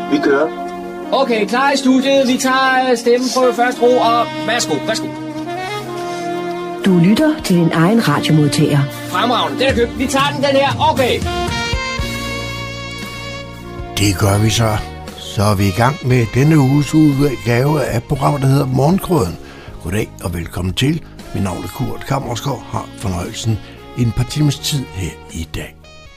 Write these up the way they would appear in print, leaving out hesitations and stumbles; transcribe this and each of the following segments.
Vi kører. Okay, klar i studiet. Vi tager stemmeprøve først, ro, og værsgo. Du lytter til din egen radiomodtager. Fremragende, den er købt. Vi tager den her. Okay. Det gør vi så. Så er vi i gang med denne uges udgave af programmet, der hedder Morgenkrøden. Goddag og velkommen til. Mit navn er Kurt Kammersgaard, har fornøjelsen i en par timers tid her i dag.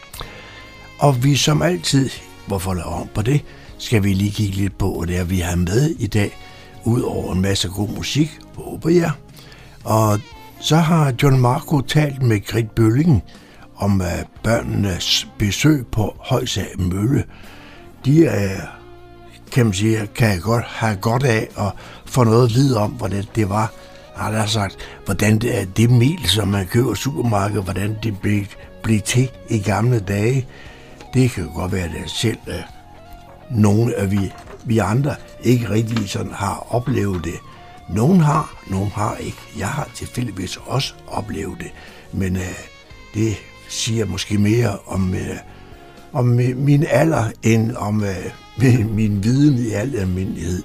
Og vi som altid, hvorfor lave om på det, skal vi lige kigge lidt på, hvad det er, vi har med i dag, ud over en masse god musik, håber jeg. Og så har John Marco talt med Grit Bølling om børnenes besøg på Højsager Mølle. De kan man sige, kan godt have godt af at få noget at vide om, hvordan det var. Han har sagt, hvordan det mel, som man køber i supermarkedet, hvordan det blev til i gamle dage. Det kan jo godt være, at selv nogle af vi andre ikke rigtig sådan har oplevet det. Nogle har ikke. Jeg har tilfældigvis også oplevet det. Men det siger måske mere om min alder, end om min viden i al almindelighed.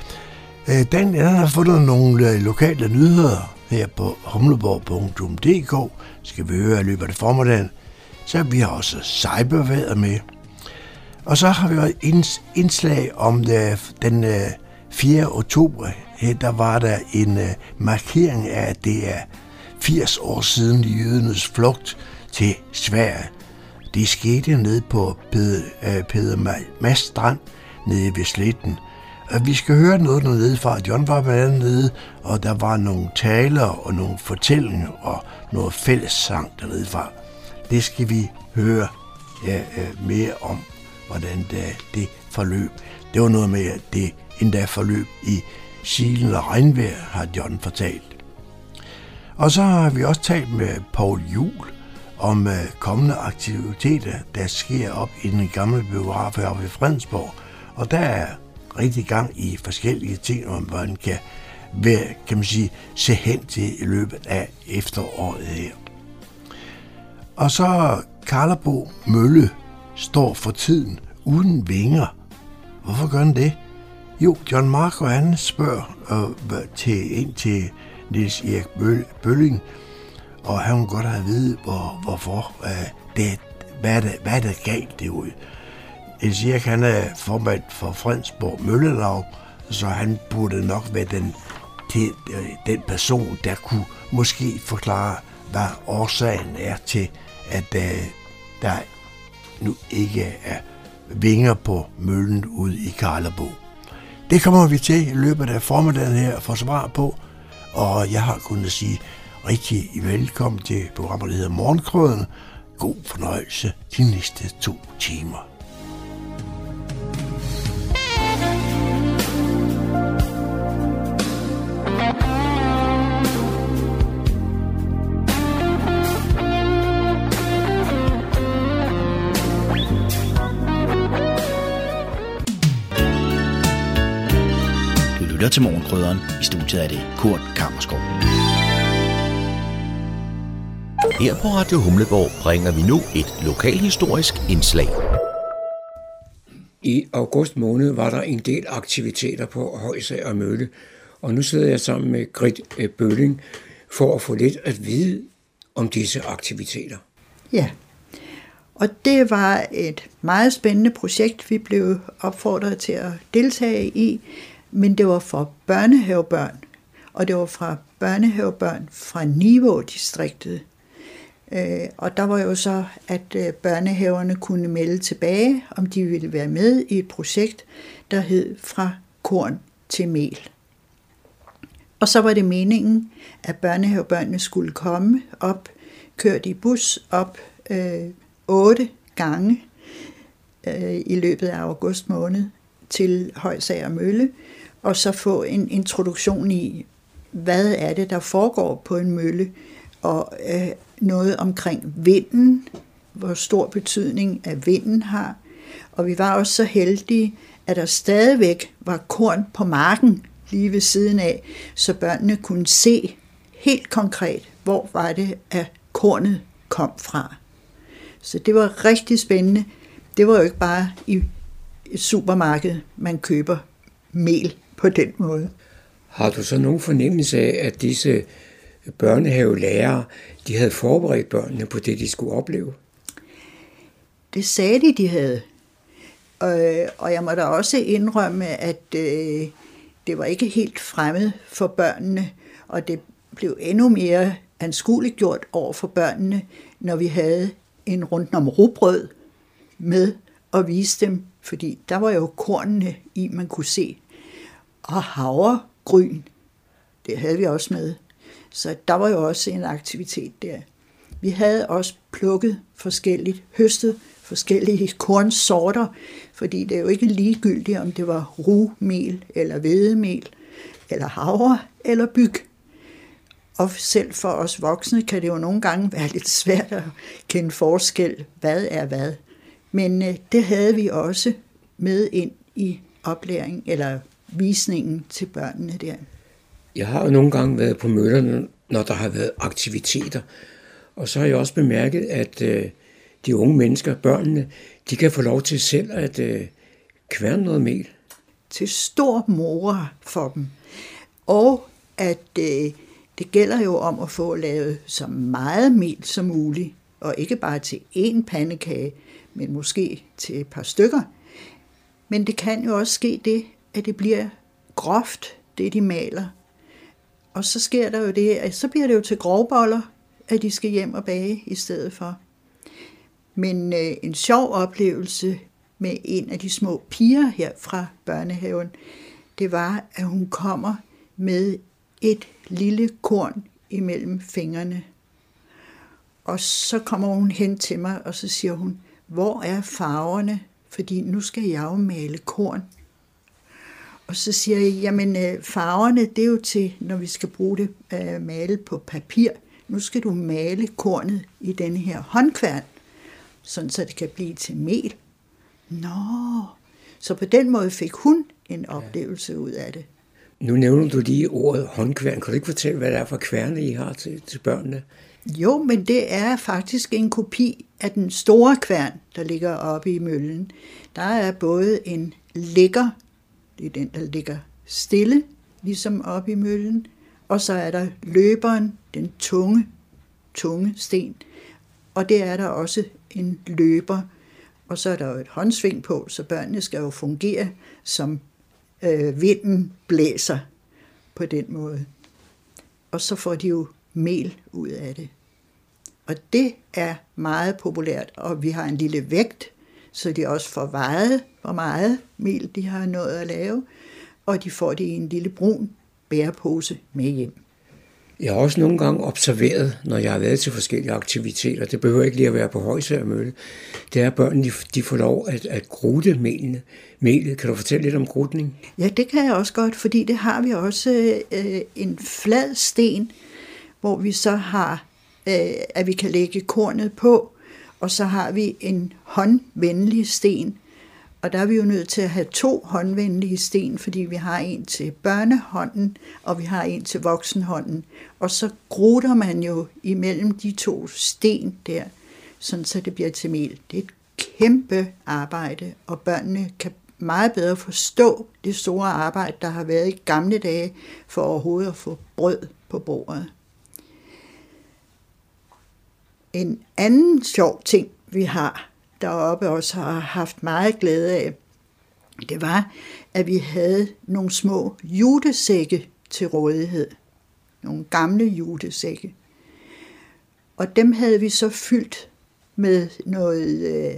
Dan har fundet nogle lokale nyheder her på humleborg.dk. Skal vi høre i løbet af formiddagen. Så vi har også cybervejret med. Og så har vi et indslag om den 4. oktober. Her der var der en markering af, at det er 80 år siden jødernes flugt til Sverige. Det skete nede på Peder Mads Strand nede ved Sletten. Og vi skal høre noget dernede fra. John var med nede, og der var nogle taler og nogle fortællinger og noget fællessang dernede fra. Det skal vi høre mere om, hvordan det forløb. Det var noget med, at det endda forløb i silen og regnvejr, har John fortalt. Og så har vi også talt med Poul Juhl om kommende aktiviteter, der sker op i den gamle biograf heroppe ved Fredensborg. Og der er rigtig gang i forskellige ting, om man kan man sige, se hen til i løbet af efteråret her. Og så Karlebo Mølle står for tiden uden vinger. Hvorfor gør han det? Jo, John Marco han spørger ind til Niels Erik Bølling, og han vil godt have at vide, hvorfor hvad er der galt derude. Niels Erik han er formand for Fredensborg Møllelaug, så han burde nok være den person, der kunne måske forklare, hvad årsagen er til, at der nu ikke er vinger på møllen ude i Karlebo. Det kommer vi til i løbet af formiddagen her at få svar på, og jeg har kunnet sige rigtig velkommen til programmet, der hedder Morgenkrøden. God fornøjelse de næste 2 timer. Lytter til Morgenkrydderen. I studiet er det Kurt Kammersgaard. Her på Radio Humleborg bringer vi nu et lokalhistorisk indslag. I august måned var der en del aktiviteter på Højsager Mølle, og nu sidder jeg sammen med Grit Bølling for at få lidt at vide om disse aktiviteter. Ja, og det var et meget spændende projekt, vi blev opfordret til at deltage i, men det var for børnehavebørn, og det var fra børnehavebørn fra Nivå-distriktet. Og der var jo så, at børnehaverne kunne melde tilbage, om de ville være med i et projekt, der hed Fra korn til mel. Og så var det meningen, at børnehavebørnene skulle komme op, kørt i bus op 8 gange i løbet af august måned til Højsager Mølle, og så få en introduktion i, hvad er det, der foregår på en mølle, og noget omkring vinden, hvor stor betydning at vinden har. Og vi var også så heldige, at der stadigvæk var korn på marken lige ved siden af, så børnene kunne se helt konkret, hvor var det, at kornet kom fra. Så det var rigtig spændende. Det var jo ikke bare i et supermarked, man køber mel på den måde. Har du så nogen fornemmelse af, at disse børnehavelærere, de havde forberedt børnene på det, de skulle opleve? Det sagde de havde. Og jeg må da også indrømme, at det var ikke helt fremmed for børnene, og det blev endnu mere anskueligt gjort over for børnene, når vi havde en rundt om rugbrød med og vise dem, fordi der var jo kornene i, man kunne se, og havregryn, det havde vi også med. Så der var jo også en aktivitet der. Vi havde også plukket forskelligt, høstet forskellige kornsorter, fordi det er jo ikke ligegyldigt, om det var rugmel eller hvedemel, eller havre eller byg. Og selv for os voksne kan det jo nogle gange være lidt svært at kende forskel, hvad er hvad. Men det havde vi også med ind i oplæring eller visningen til børnene der. Jeg har jo nogle gange været på møllerne, når der har været aktiviteter, og så har jeg også bemærket, at de unge mennesker, børnene, de kan få lov til selv at kværne noget mel. Til stor mor for dem. Og at det gælder jo om at få lavet så meget mel som muligt, og ikke bare til én pandekage, men måske til et par stykker. Men det kan jo også ske det, at det bliver groft, det de maler. Og så sker der jo det, at så bliver det jo til grovboller, at de skal hjem og bage i stedet for. Men en sjov oplevelse med en af de små piger her fra børnehaven, det var, at hun kommer med et lille korn imellem fingrene. Og så kommer hun hen til mig, og så siger hun, hvor er farverne? Fordi nu skal jeg jo male korn. Og så siger jeg, jamen farverne, det er jo til, når vi skal bruge det male på papir. Nu skal du male kornet i denne her håndkværn, sådan så det kan blive til mel. Nå, så på den måde fik hun en oplevelse ud af det. Nu nævner du lige ordet håndkværn. Kan du ikke fortælle, hvad det er for kværne, I har til børnene? Jo, men det er faktisk en kopi af den store kværn, der ligger oppe i møllen. Der er både en ligger, det er den, der ligger stille, ligesom oppe i møllen, og så er der løberen, den tunge sten, og det er der også en løber, og så er der jo et håndsving på, så børnene skal jo fungere, som vinden blæser på den måde. Og så får de jo mel ud af det. Og det er meget populært, og vi har en lille vægt, så de også får vejet, hvor meget mel de har nået at lave, og de får det i en lille brun bærepose med hjem. Jeg har også nogle gange observeret, når jeg har været til forskellige aktiviteter, det behøver ikke lige at være på Højsager Mølle, det er, at børnene de får lov at grute melet. Kan du fortælle lidt om grutning? Ja, det kan jeg også godt, fordi det har vi også en flad sten, hvor vi så har, at vi kan lægge kornet på, og så har vi en håndvenlig sten, og der er vi jo nødt til at have 2 håndvenlige sten, fordi vi har en til børnehånden, og vi har en til voksenhånden. Og så grutter man jo imellem de 2 sten der, sådan så det bliver til mel. Det er et kæmpe arbejde, og børnene kan meget bedre forstå det store arbejde, der har været i gamle dage, for overhovedet at få brød på bordet. En anden sjov ting, vi har deroppe også har haft meget glæde af, det var, at vi havde nogle små jutesække til rådighed. Nogle gamle jutesække. Og dem havde vi så fyldt med noget,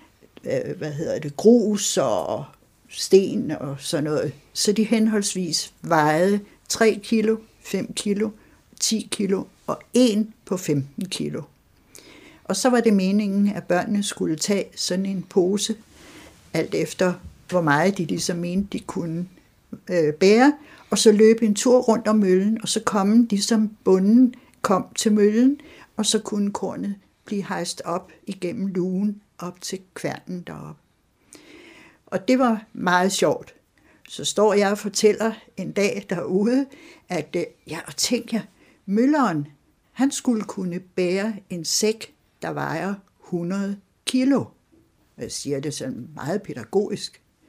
grus og sten og sådan noget. Så de henholdsvis vejede 3 kilo, 5 kilo, 10 kilo og 1 på 15 kilo. Og så var det meningen, at børnene skulle tage sådan en pose, alt efter hvor meget de ligesom mente, de kunne bære, og så løbe en tur rundt om møllen, og så komme ligesom bunden kom til møllen, og så kunne kornet blive hejst op igennem lugen op til kværnen deroppe. Og det var meget sjovt. Så står jeg og fortæller en dag derude, at tænker, mølleren, han skulle kunne bære en sæk, der vejer 100 kilo. Jeg siger det sådan meget pædagogisk.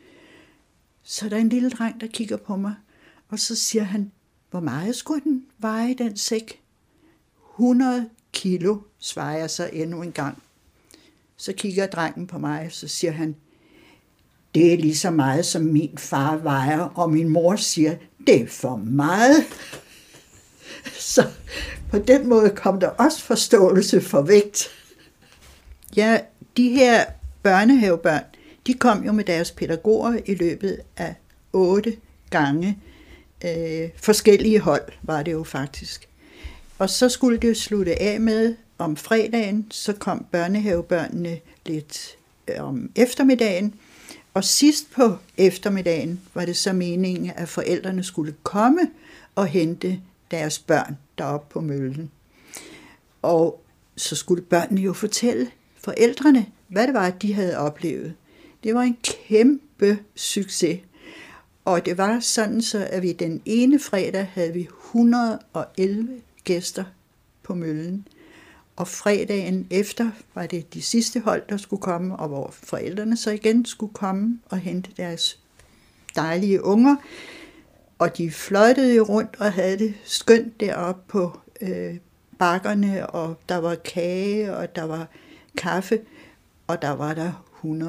Så der er en lille dreng, der kigger på mig, og så siger han, hvor meget skulle den veje, den sæk? 100 kilo, svarer jeg så endnu en gang. Så kigger drengen på mig, så siger han, det er lige så meget, som min far vejer, og min mor siger, det er for meget. Så på den måde kom der også forståelse for vægt. Ja, de her børnehavebørn, de kom jo med deres pædagoger i løbet af 8 gange. Forskellige hold var det jo faktisk. Og så skulle det jo slutte af med, om fredagen, så kom børnehavebørnene lidt om eftermiddagen. Og sidst på eftermiddagen var det så meningen, at forældrene skulle komme og hente deres børn deroppe på møllen. Og så skulle børnene jo fortælle forældrene, hvad det var, de havde oplevet. Det var en kæmpe succes. Og det var sådan, så at vi den ene fredag havde vi 111 gæster på møllen. Og fredagen efter var det de sidste hold, der skulle komme, og hvor forældrene så igen skulle komme og hente deres dejlige unger. Og de fløjtede jo rundt og havde det skønt deroppe på bakkerne, og der var kage, og der var kaffe, og der var der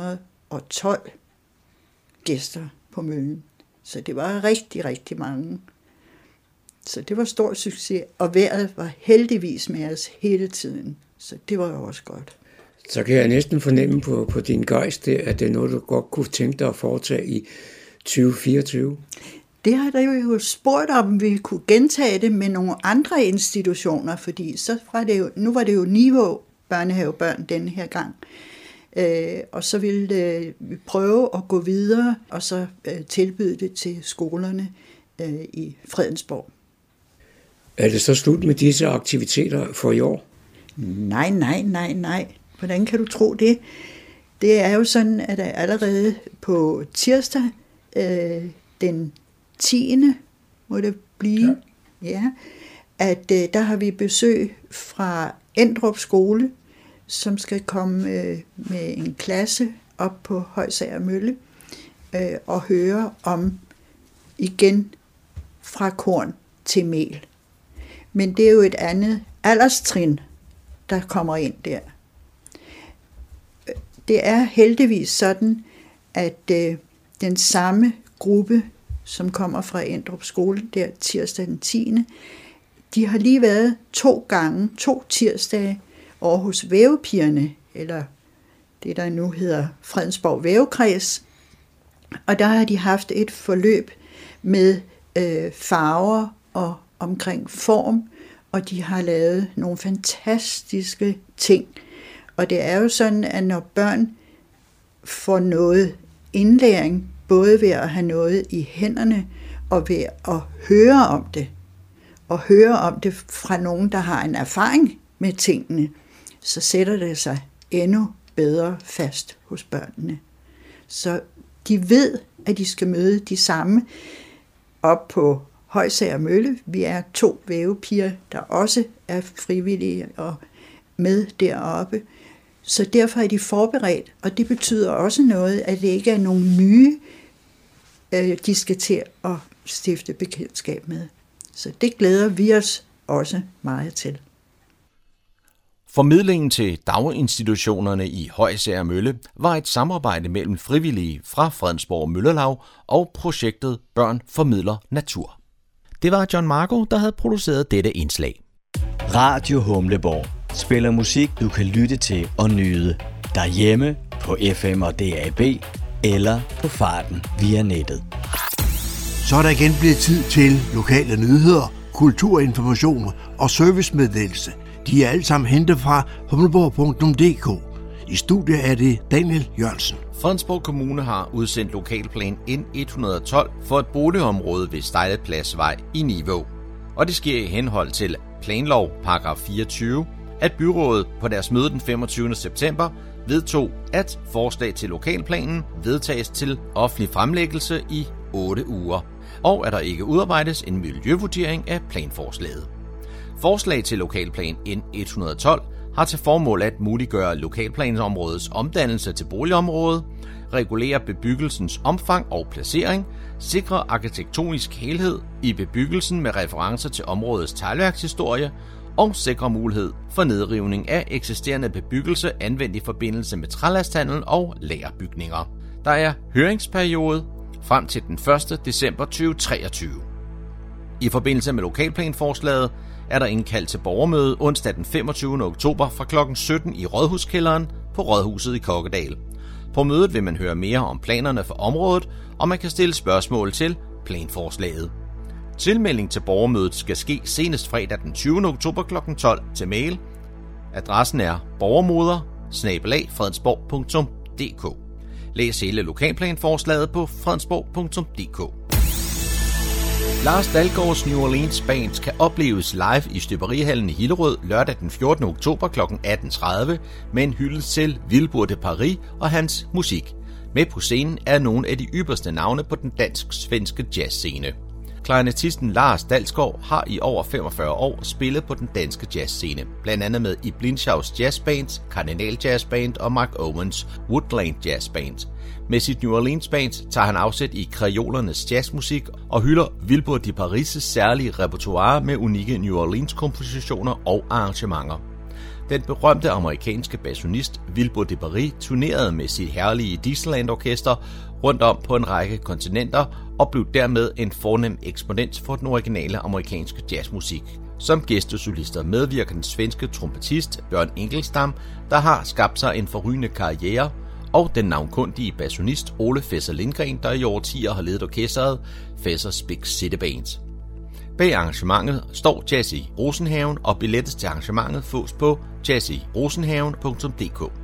112 gæster på møllen. Så det var rigtig, rigtig mange. Så det var stor succes, og vejret var heldigvis med os hele tiden. Så det var jo også godt. Så kan jeg næsten fornemme på din gejst, at det er noget, du godt kunne tænke dig at foretage i 2024. Det har der jo spurgt om, vi kunne gentage det med nogle andre institutioner, fordi så var det jo, nu var det jo Nivå børnehavebørn denne her gang. Og så ville vi prøve at gå videre, og så tilbyde det til skolerne i Fredensborg. Er det så slut med disse aktiviteter for i år? Nej. Hvordan kan du tro det? Det er jo sådan, at allerede på tirsdag, den 10. må det blive, ja, at der har vi besøg fra Endrup Skole, som skal komme med en klasse op på Højsager Mølle og høre om igen fra korn til mel. Men det er jo et andet alderstrin, der kommer ind der. Det er heldigvis sådan, at den samme gruppe, som kommer fra Endrup Skole der tirsdag den 10., de har lige været 2 tirsdage over hos Vævepigerne, eller det der nu hedder Fredensborg Vævekreds. Og der har de haft et forløb med farver og omkring form, og de har lavet nogle fantastiske ting. Og det er jo sådan, at når børn får noget indlæring, både ved at have noget i hænderne og ved at høre om det, og høre om det fra nogen, der har en erfaring med tingene, så sætter det sig endnu bedre fast hos børnene. Så de ved, at de skal møde de samme op på Højsager Mølle. Vi er 2 vævepiger, der også er frivillige og med deroppe. Så derfor er de forberedt, og det betyder også noget, at det ikke er nogen nye, de skal til at stifte bekendtskab med. Så det glæder vi os også meget til. Formidlingen til daginstitutionerne i Højsager Mølle var et samarbejde mellem frivillige fra Fredensborg Møllelaug og projektet Børn formidler natur. Det var John Marco, der havde produceret dette indslag. Radio Humleborg spiller musik, du kan lytte til og nyde derhjemme på FM og DAB eller på farten via nettet. Så er der igen blevet tid til lokale nyheder, kulturinformationer og servicemeddelelse. De er alle sammen hentet fra humleborg.dk. I studiet er det Daniel Jørgensen. Fredensborg Kommune har udsendt lokalplan N112 for et boligområde ved Stejlepladsvej i Nivå. Og det sker i henhold til planlov paragraf 24, at byrådet på deres møde den 25. september vedtog, at forslag til lokalplanen vedtages til offentlig fremlæggelse i 8 uger, og at der ikke udarbejdes en miljøvurdering af planforslaget. Forslag til lokalplan N112 har til formål at muliggøre lokalplansområdets omdannelse til boligområde, regulere bebyggelsens omfang og placering, sikre arkitektonisk helhed i bebyggelsen med referencer til områdets teglværkshistorie og sikre mulighed for nedrivning af eksisterende bebyggelse anvendt i forbindelse med trælasthandel og lagerbygninger. Der er høringsperiode frem til den 1. december 2023. I forbindelse med lokalplanforslaget er der indkaldt til borgermøde onsdag den 25. oktober fra kl. 17 i Rådhuskælderen på Rådhuset i Kokkedal. På mødet vil man høre mere om planerne for området, og man kan stille spørgsmål til planforslaget. Tilmelding til borgermødet skal ske senest fredag den 20. oktober kl. 12 til mail. Adressen er borgermoder@fredensborg.dk. Læs hele lokalplanforslaget på fredensborg.dk. Lars Dalgaards New Orleans Band kan opleves live i Støberihallen i Hillerød lørdag den 14. oktober kl. 18.30 med en hyldest til Wilbur de Paris og hans musik. Med på scenen er nogle af de ypperste navne på den dansk-svenske jazzscene. Klarinettisten Lars Dalgaard har i over 45 år spillet på den danske jazzscene, blandt andet med i Blindshaus Jazzband, Cardinal Jazzband og Mark Owens Woodland Jazzband. Med sit New Orleans Band tager han afsæt i kreolernes jazzmusik og hylder Wilbur de Paris' særlige repertoire med unikke New Orleans kompositioner og arrangementer. Den berømte amerikanske basunist Wilbur de Paris turnerede med sit herlige Dixieland-orkester rundt om på en række kontinenter og blev dermed en fornem eksponent for den originale amerikanske jazzmusik. Som gæstesolister medvirker den svenske trompetist Bjørn Engelstam, der har skabt sig en forrygende karriere, og den navnkundige basunist Ole Fesser Lindgren, der i årtier har ledet orkestret Fessers Big City Band. Bag arrangementet står Jazz i Rosenhaven, og billettes til arrangementet fås på jazzirosenhaven.dk.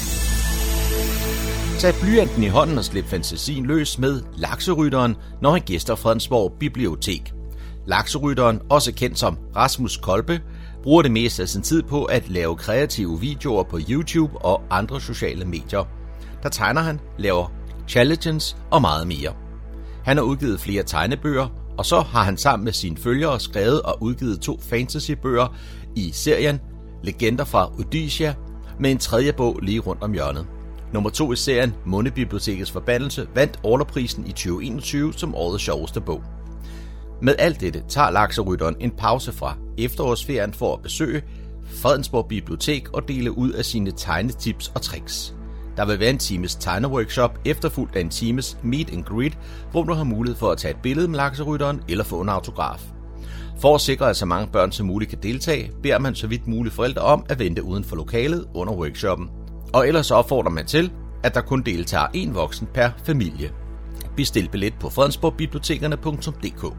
Tag blyanten i hånden og slip fantasien løs med Lakserytteren, når han gæster Fredensborg Bibliotek. Lakserytteren, også kendt som Rasmus Kolbe, bruger det meste af sin tid på at lave kreative videoer på YouTube og andre sociale medier. Der tegner han, laver challenges og meget mere. Han har udgivet flere tegnebøger, og så har han sammen med sine følgere skrevet og udgivet 2 fantasybøger i serien Legender fra Odyssia, med en 3. bog lige rundt om hjørnet. Nummer 2 i serien, Månebibliotekets Forbandelse, vandt Orlaprisen i 2021 som årets sjoveste bog. Med alt dette tager Lakserytteren en pause fra efterårsferien for at besøge Fredensborg Bibliotek og dele ud af sine tegnetips og tricks. Der vil være en times tegneworkshop efterfulgt af en times meet and greet, hvor du har mulighed for at tage et billede med Lakserytteren eller få en autograf. For at sikre, at så mange børn som muligt kan deltage, beder man så vidt muligt forældre om at vente uden for lokalet under workshoppen. Og ellers opfordrer man til, at der kun deltager 1 voksen per familie. Bestil billet på fredensborgbibliotekerne.dk.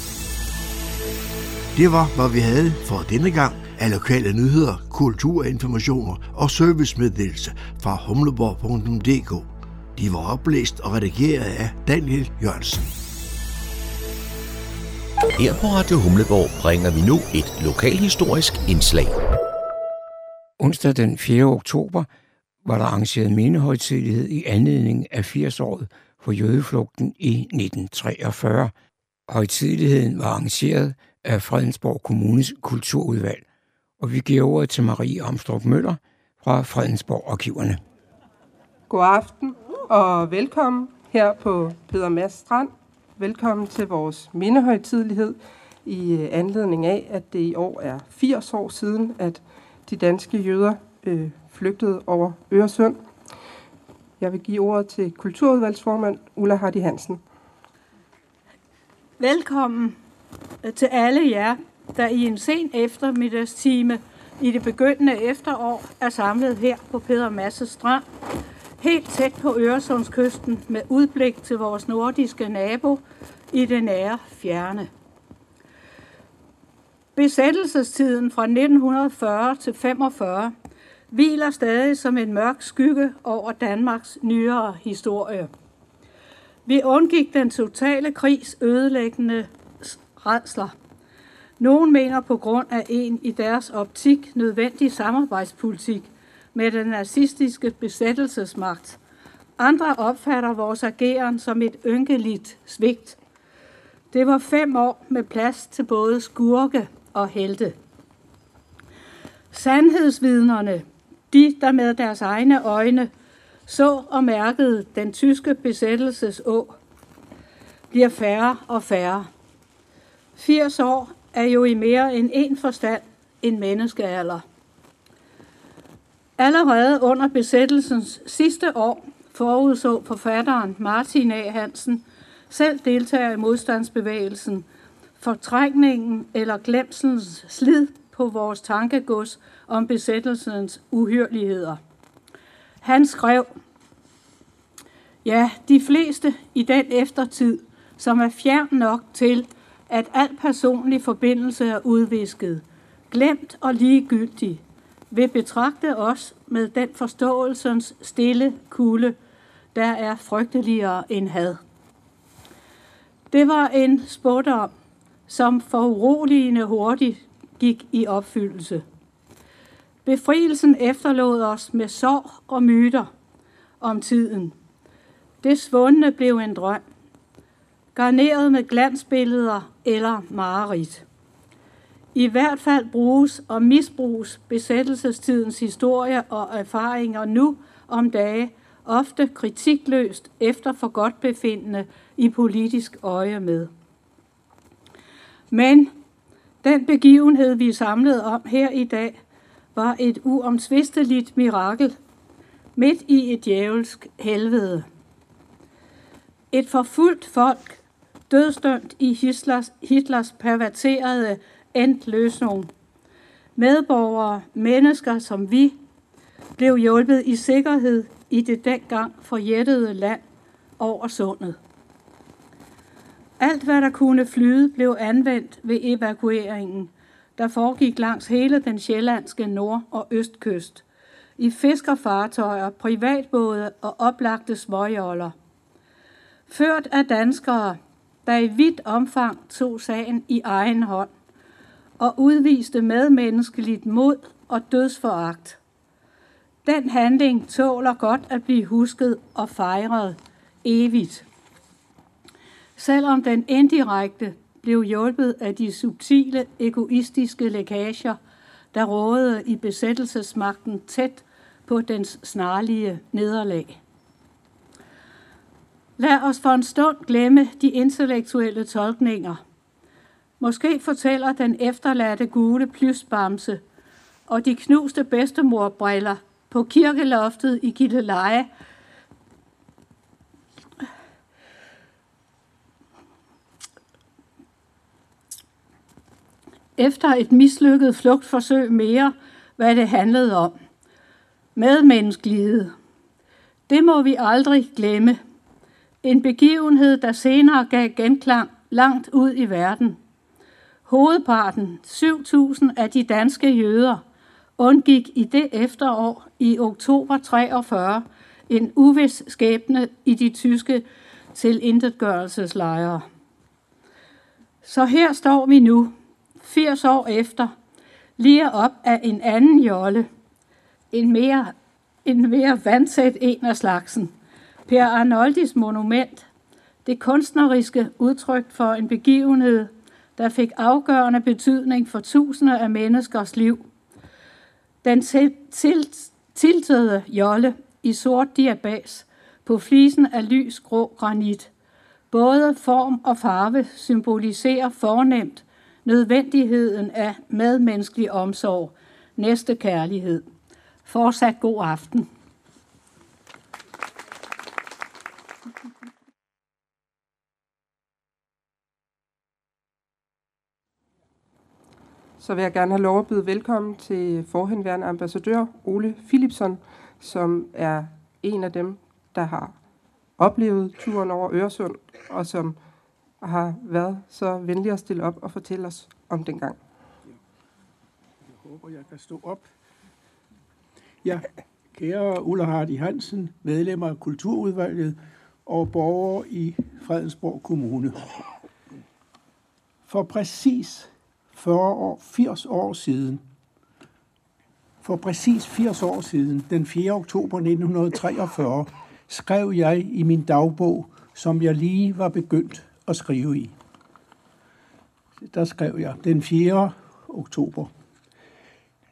Det var, hvad vi havde for denne gang af lokale nyheder, kulturinformationer og servicemeddelelse fra humleborg.dk. De var oplæst og redigeret af Daniel Jørgensen. Her på Radio Humleborg bringer vi nu et lokalhistorisk indslag. Onsdag den 4. oktober var der arrangeret mindehøjtidelighed i anledning af 80-året for jødeflugten i 1943. Højtideligheden var arrangeret af Fredensborg Kommunes kulturudvalg, og vi giver ordet til Marie Amstrup Møller fra Fredensborg Arkiverne. God aften og velkommen her på Peder Mads Strand. Velkommen til vores mindehøjtidelighed i anledning af, at det i år er 80 år siden, at de danske jøder flygtede over Øresund. Jeg vil give ordet til kulturudvalgsformand Ulla Hardy Hansen. Velkommen til alle jer, der i en sen eftermiddagstime i det begyndende efterår er samlet her på Peder Madsen Strand, helt tæt på Øresundskysten med udblik til vores nordiske nabo i det nære fjerne. Besættelsestiden fra 1940 til 45 hviler stadig som en mørk skygge over Danmarks nyere historie. Vi undgik den totale krigs ødelæggende rædsler. Nogle mener på grund af en i deres optik nødvendig samarbejdspolitik med den nazistiske besættelsesmagt. Andre opfatter vores ageren som et ynkeligt svigt. Det var 5 år med plads til både skurke og helte. Sandhedsvidnerne, de der med deres egne øjne så og mærkede den tyske besættelseså, bliver færre og færre. 80 år er jo i mere end en forstand en menneskealder. Allerede under besættelsens sidste år forudså forfatteren Martin A. Hansen, selv deltager i modstandsbevægelsen, fortrængningen eller glemselens slid på vores tankegods om besættelsens uhyrligheder. Han skrev, ja, de fleste i den eftertid, som er fjern nok til, at al personlig forbindelse er udvisket, glemt og ligegyldig, vil betragte os med den forståelsens stille kulde, der er frygteligere end had. Det var en spådom, som foruroligende hurtigt gik i opfyldelse. Befrielsen efterlod os med sorg og myter om tiden. Det svundne blev en drøm, garneret med glansbilleder eller mareridt. I hvert fald bruges og misbruges besættelsestidens historie og erfaringer nu om dage ofte kritikløst efter forgodtbefindende i politisk øje med. Men den begivenhed, vi er samlet om her i dag, var et uomtvisteligt mirakel midt i et djævelsk helvede. Et forfulgt folk, dødsdømt i Hitlers perverterede endløsning. Medborgere, mennesker som vi, blev hjulpet i sikkerhed i det dengang forjættede land over sundet. Alt, hvad der kunne flyde, blev anvendt ved evakueringen, der foregik langs hele den sjællandske nord- og østkyst, i fiskerfartøjer, privatbåde og oplagte småjoller. Ført af danskere, der i vidt omfang tog sagen i egen hånd og udviste medmenneskeligt mod og dødsforagt. Den handling tåler godt at blive husket og fejret evigt. Selvom den indirekte blev hjulpet af de subtile, egoistiske lækager, der rådede i besættelsesmagten tæt på dens snarlige nederlag. Lad os for en stund glemme de intellektuelle tolkninger. Måske fortæller den efterladte gule plysbamse og de knuste bedstemorbriller på kirkeloftet i Gilleleje efter et mislykket flugtforsøg mere, hvad det handlede om. Medmenneskelighed. Det må vi aldrig glemme. En begivenhed, der senere gav genklang langt ud i verden. Hovedparten, 7.000 af de danske jøder, undgik i det efterår i oktober 43 en uvis skæbne i de tyske tilintetgørelseslejre. Så her står vi nu, 80 år efter, lige op af en anden jolle, en mere vandsæt en af slagsen. Per Arnoldis monument, det kunstneriske udtryk for en begivenhed, der fik afgørende betydning for tusinder af menneskers liv. Den tiltede jolle i sort diabas på flisen af lys grå granit. Både form og farve symboliserer fornemt nødvendigheden af medmenneskelig omsorg, næstekærlighed. Fortsat god aften. Så vil jeg gerne have lov at byde velkommen til forhenværende ambassadør Ole Philipson, som er en af dem, der har oplevet turen over Øresund, og som har været så venlig at stille op og fortælle os om den gang. Jeg håber, jeg kan stå op. Ja, kære Ulla Hardy Hansen, medlemmer af Kulturudvalget og borgere i Fredensborg Kommune. For præcis 80 år siden, den 4. oktober 1943, skrev jeg i min dagbog, som jeg lige var begyndt at skrive i. Der skrev jeg den 4. oktober.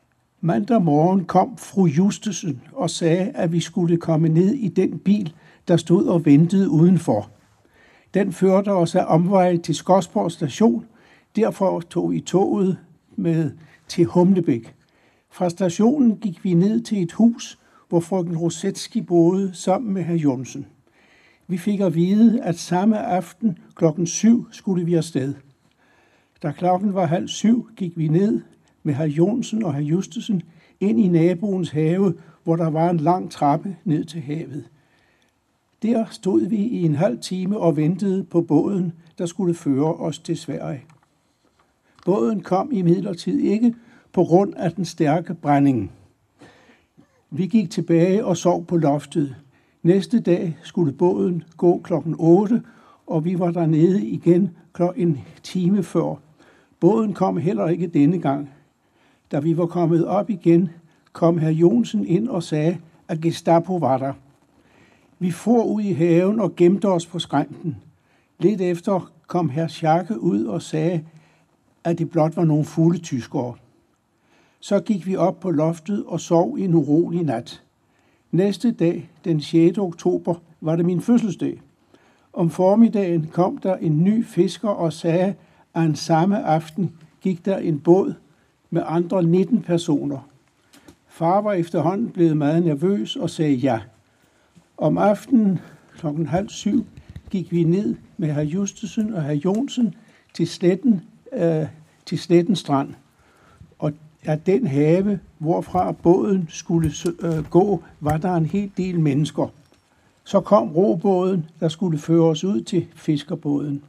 Mandag morgen kom fru Justesen og sagde, at vi skulle komme ned i den bil, der stod og ventede udenfor. Den førte os af omvej til Skodsborg station. Derfor tog vi toget med til Humlebæk. Fra stationen gik vi ned til et hus, hvor frøken Rosetski boede sammen med hr. Jonsen. Vi fik at vide, at samme aften klokken 7 skulle vi afsted. Da klokken var 6:30, gik vi ned med hr. Jonsen og hr. Justesen ind i naboens have, hvor der var en lang trappe ned til havet. Der stod vi i en halv time og ventede på båden, der skulle føre os til Sverige. Båden kom imidlertid ikke på grund af den stærke brænding. Vi gik tilbage og sov på loftet. Næste dag skulle båden gå klokken 8, og vi var dernede igen en time før. Båden kom heller ikke denne gang. Da vi var kommet op igen, kom hr. Jonsen ind og sagde, at Gestapo var der. Vi for ud i haven og gemte os på skrænten. Lidt efter kom hr. Schacke ud og sagde, at det blot var nogle fulde tyskere. Så gik vi op på loftet og sov en urolig nat. Næste dag, den 6. oktober, var det min fødselsdag. Om formiddagen kom der en ny fisker og sagde, at en samme aften gik der en båd med andre 19 personer. Far var efterhånden blevet meget nervøs og sagde ja. Om aftenen klokken 6:30 gik vi ned med hr. Justesen og hr. Jonsen til Sletten Strand. Og af den have, hvorfra båden skulle gå, var der en hel del mennesker. Så kom robåden, der skulle føre os ud til fiskerbåden.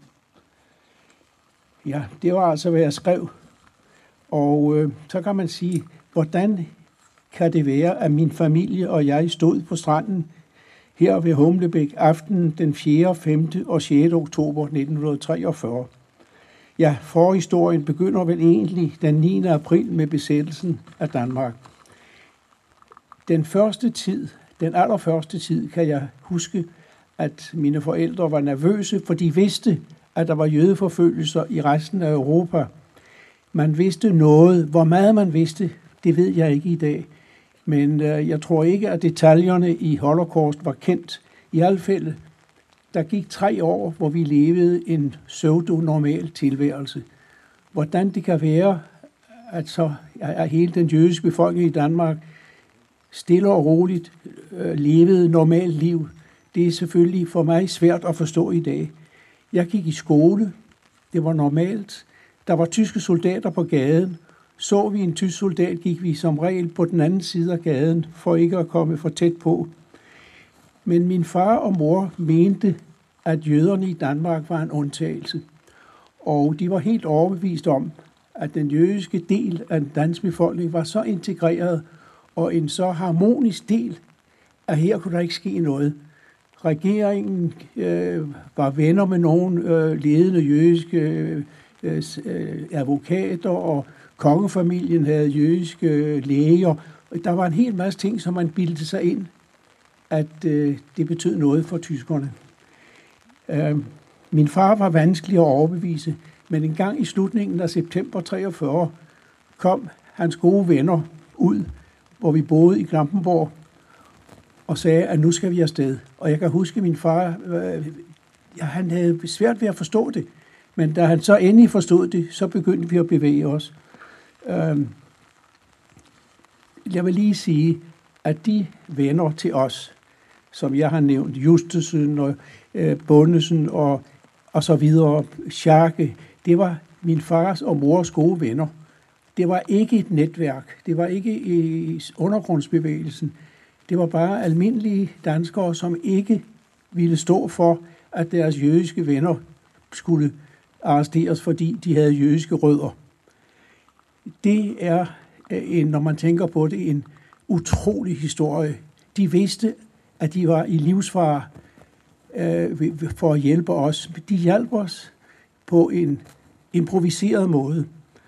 Ja, det var altså, hvad jeg skrev. Og så kan man sige, hvordan kan det være, at min familie og jeg stod på stranden her ved Humlebæk aftenen den 4., 5. og 6. oktober 1943. Ja, forhistorien begynder vel egentlig den 9. april med besættelsen af Danmark. Den allerførste tid kan jeg huske, at mine forældre var nervøse, for de vidste, at der var jødeforfølgelser i resten af Europa. Man vidste noget. Hvor meget man vidste, det ved jeg ikke i dag. Men jeg tror ikke, at detaljerne i Holocaust var kendt. I hvert fald, der gik 3 år, hvor vi levede en pseudo-normal tilværelse. Hvordan det kan være, at så er hele den jødiske befolkning i Danmark stille og roligt levede normalt liv, det er selvfølgelig for mig svært at forstå i dag. Jeg gik i skole. Det var normalt. Der var tyske soldater på gaden. Så vi en tysk soldat, gik vi som regel på den anden side af gaden, for ikke at komme for tæt på. Men min far og mor mente, at jøderne i Danmark var en undtagelse. Og de var helt overbevist om, at den jødiske del af den danske befolkning var så integreret og en så harmonisk del, at her kunne der ikke ske noget. Regeringen var venner med nogle ledende jødiske advokater, og kongefamilien havde jødiske læger. Der var en hel masse ting, som man bildte sig ind, at det betød noget for tyskerne. Min far var vanskelig at overbevise, men en gang i slutningen af september 43 kom hans gode venner ud, hvor vi boede i Klampenborg, og sagde, at nu skal vi afsted. Og jeg kan huske, min far, han havde svært ved at forstå det, men da han så endelig forstod det, så begyndte vi at bevæge os. Jeg vil lige sige, at de venner til os, som jeg har nævnt, Justesen og Bundesen og så videre, Schacke, det var min fars og mors gode venner. Det var ikke et netværk. Det var ikke i undergrundsbevægelsen. Det var bare almindelige danskere, som ikke ville stå for, at deres jødiske venner skulle arresteres, fordi de havde jødiske rødder. Det er, når man tænker på det, en utrolig historie. De vidste, at de var i livsfare for at hjælpe os. De hjalp os på en improviseret måde.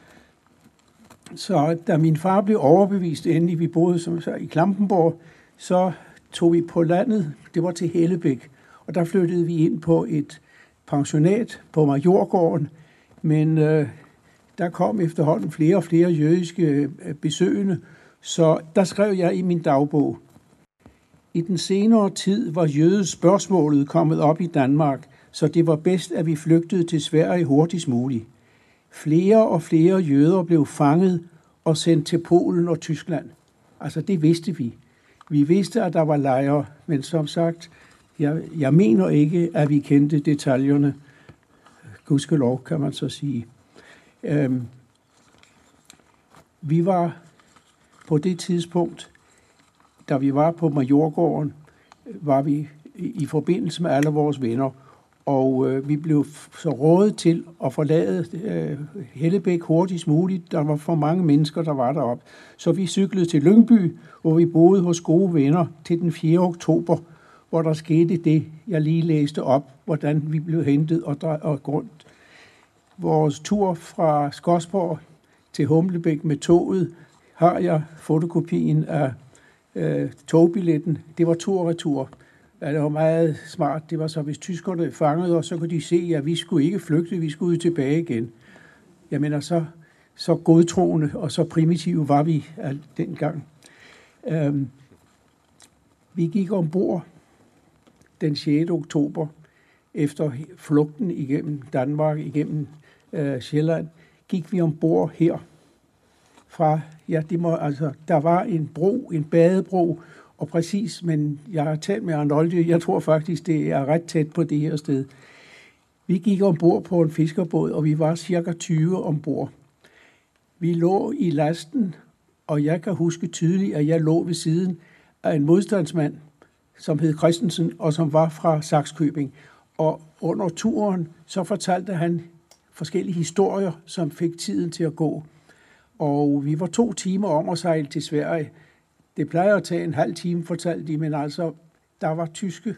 Så da min far blev overbevist, endelig vi boede i Klampenborg, så tog vi på landet, det var til Hellebæk, og der flyttede vi ind på et pensionat på Majorgården, men der kom efterhånden flere og flere jødiske besøgende, Så der skrev jeg i min dagbog: i den senere tid var jødespørgsmålet kommet op i Danmark, så det var bedst, at vi flygtede til Sverige hurtigst muligt. Flere og flere jøder blev fanget og sendt til Polen og Tyskland. Altså det vidste vi. Vi vidste, at der var lejre, men som sagt, jeg mener ikke, at vi kendte detaljerne. Gudskelov, kan man så sige. Vi var på det tidspunkt, da vi var på Majorgården, var vi i forbindelse med alle vores venner, og vi blev så rådet til at forlade Hellebæk hurtigst muligt. Der var for mange mennesker, der var deroppe. Så vi cyklede til Lyngby, hvor vi boede hos gode venner til den 4. oktober, hvor der skete det, jeg lige læste op, hvordan vi blev hentet og rundt. Vores tur fra Skodsborg til Humlebæk med toget har jeg fotokopien af togbilletten. Det var tur og retur. Det var meget smart. Det var så, hvis tyskerne fangede os, så kunne de se, at vi skulle ikke flygte, vi skulle tilbage igen. Jeg mener, så godtroende og så primitive var vi dengang. Vi gik ombord den 6. oktober efter flugten igennem Danmark, igennem Sjælland, gik vi ombord her fra, der var en bro, en badebro, og præcis, men jeg har talt med Arnoldi, jeg tror faktisk, det er ret tæt på det her sted. Vi gik ombord på en fiskerbåd, og vi var cirka 20 ombord. Vi lå i lasten, og jeg kan huske tydeligt, at jeg lå ved siden af en modstandsmand, som hed Christensen, og som var fra Sakskøbing. Og under turen, så fortalte han forskellige historier, som fik tiden til at gå. Og vi var 2 timer om at sejle til Sverige. Det plejer at tage en halv time, fortalte de, men altså, der var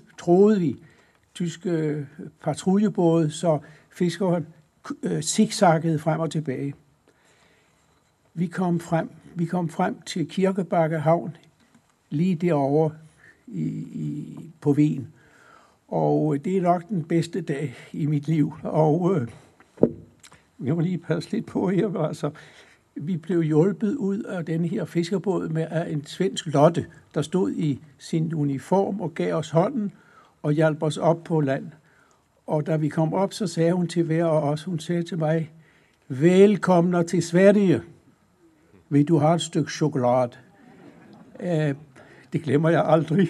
tyske patruljebåde, så fiskeren zigzaggede frem og tilbage. Vi kom frem til Kirkebakke Havn, lige derovre på Ven. Og det er nok den bedste dag i mit liv. Og jeg må lige passe lidt på her. Altså, vi blev hjulpet ud af den her fiskerbåd med en svensk Lotte, der stod i sin uniform og gav os hånden og hjalp os op på land. Og da vi kom op, så sagde hun til hver af os, hun sagde til mig, velkommen til Sverige. Vil du have et stykke chokolade? Det glemmer jeg aldrig.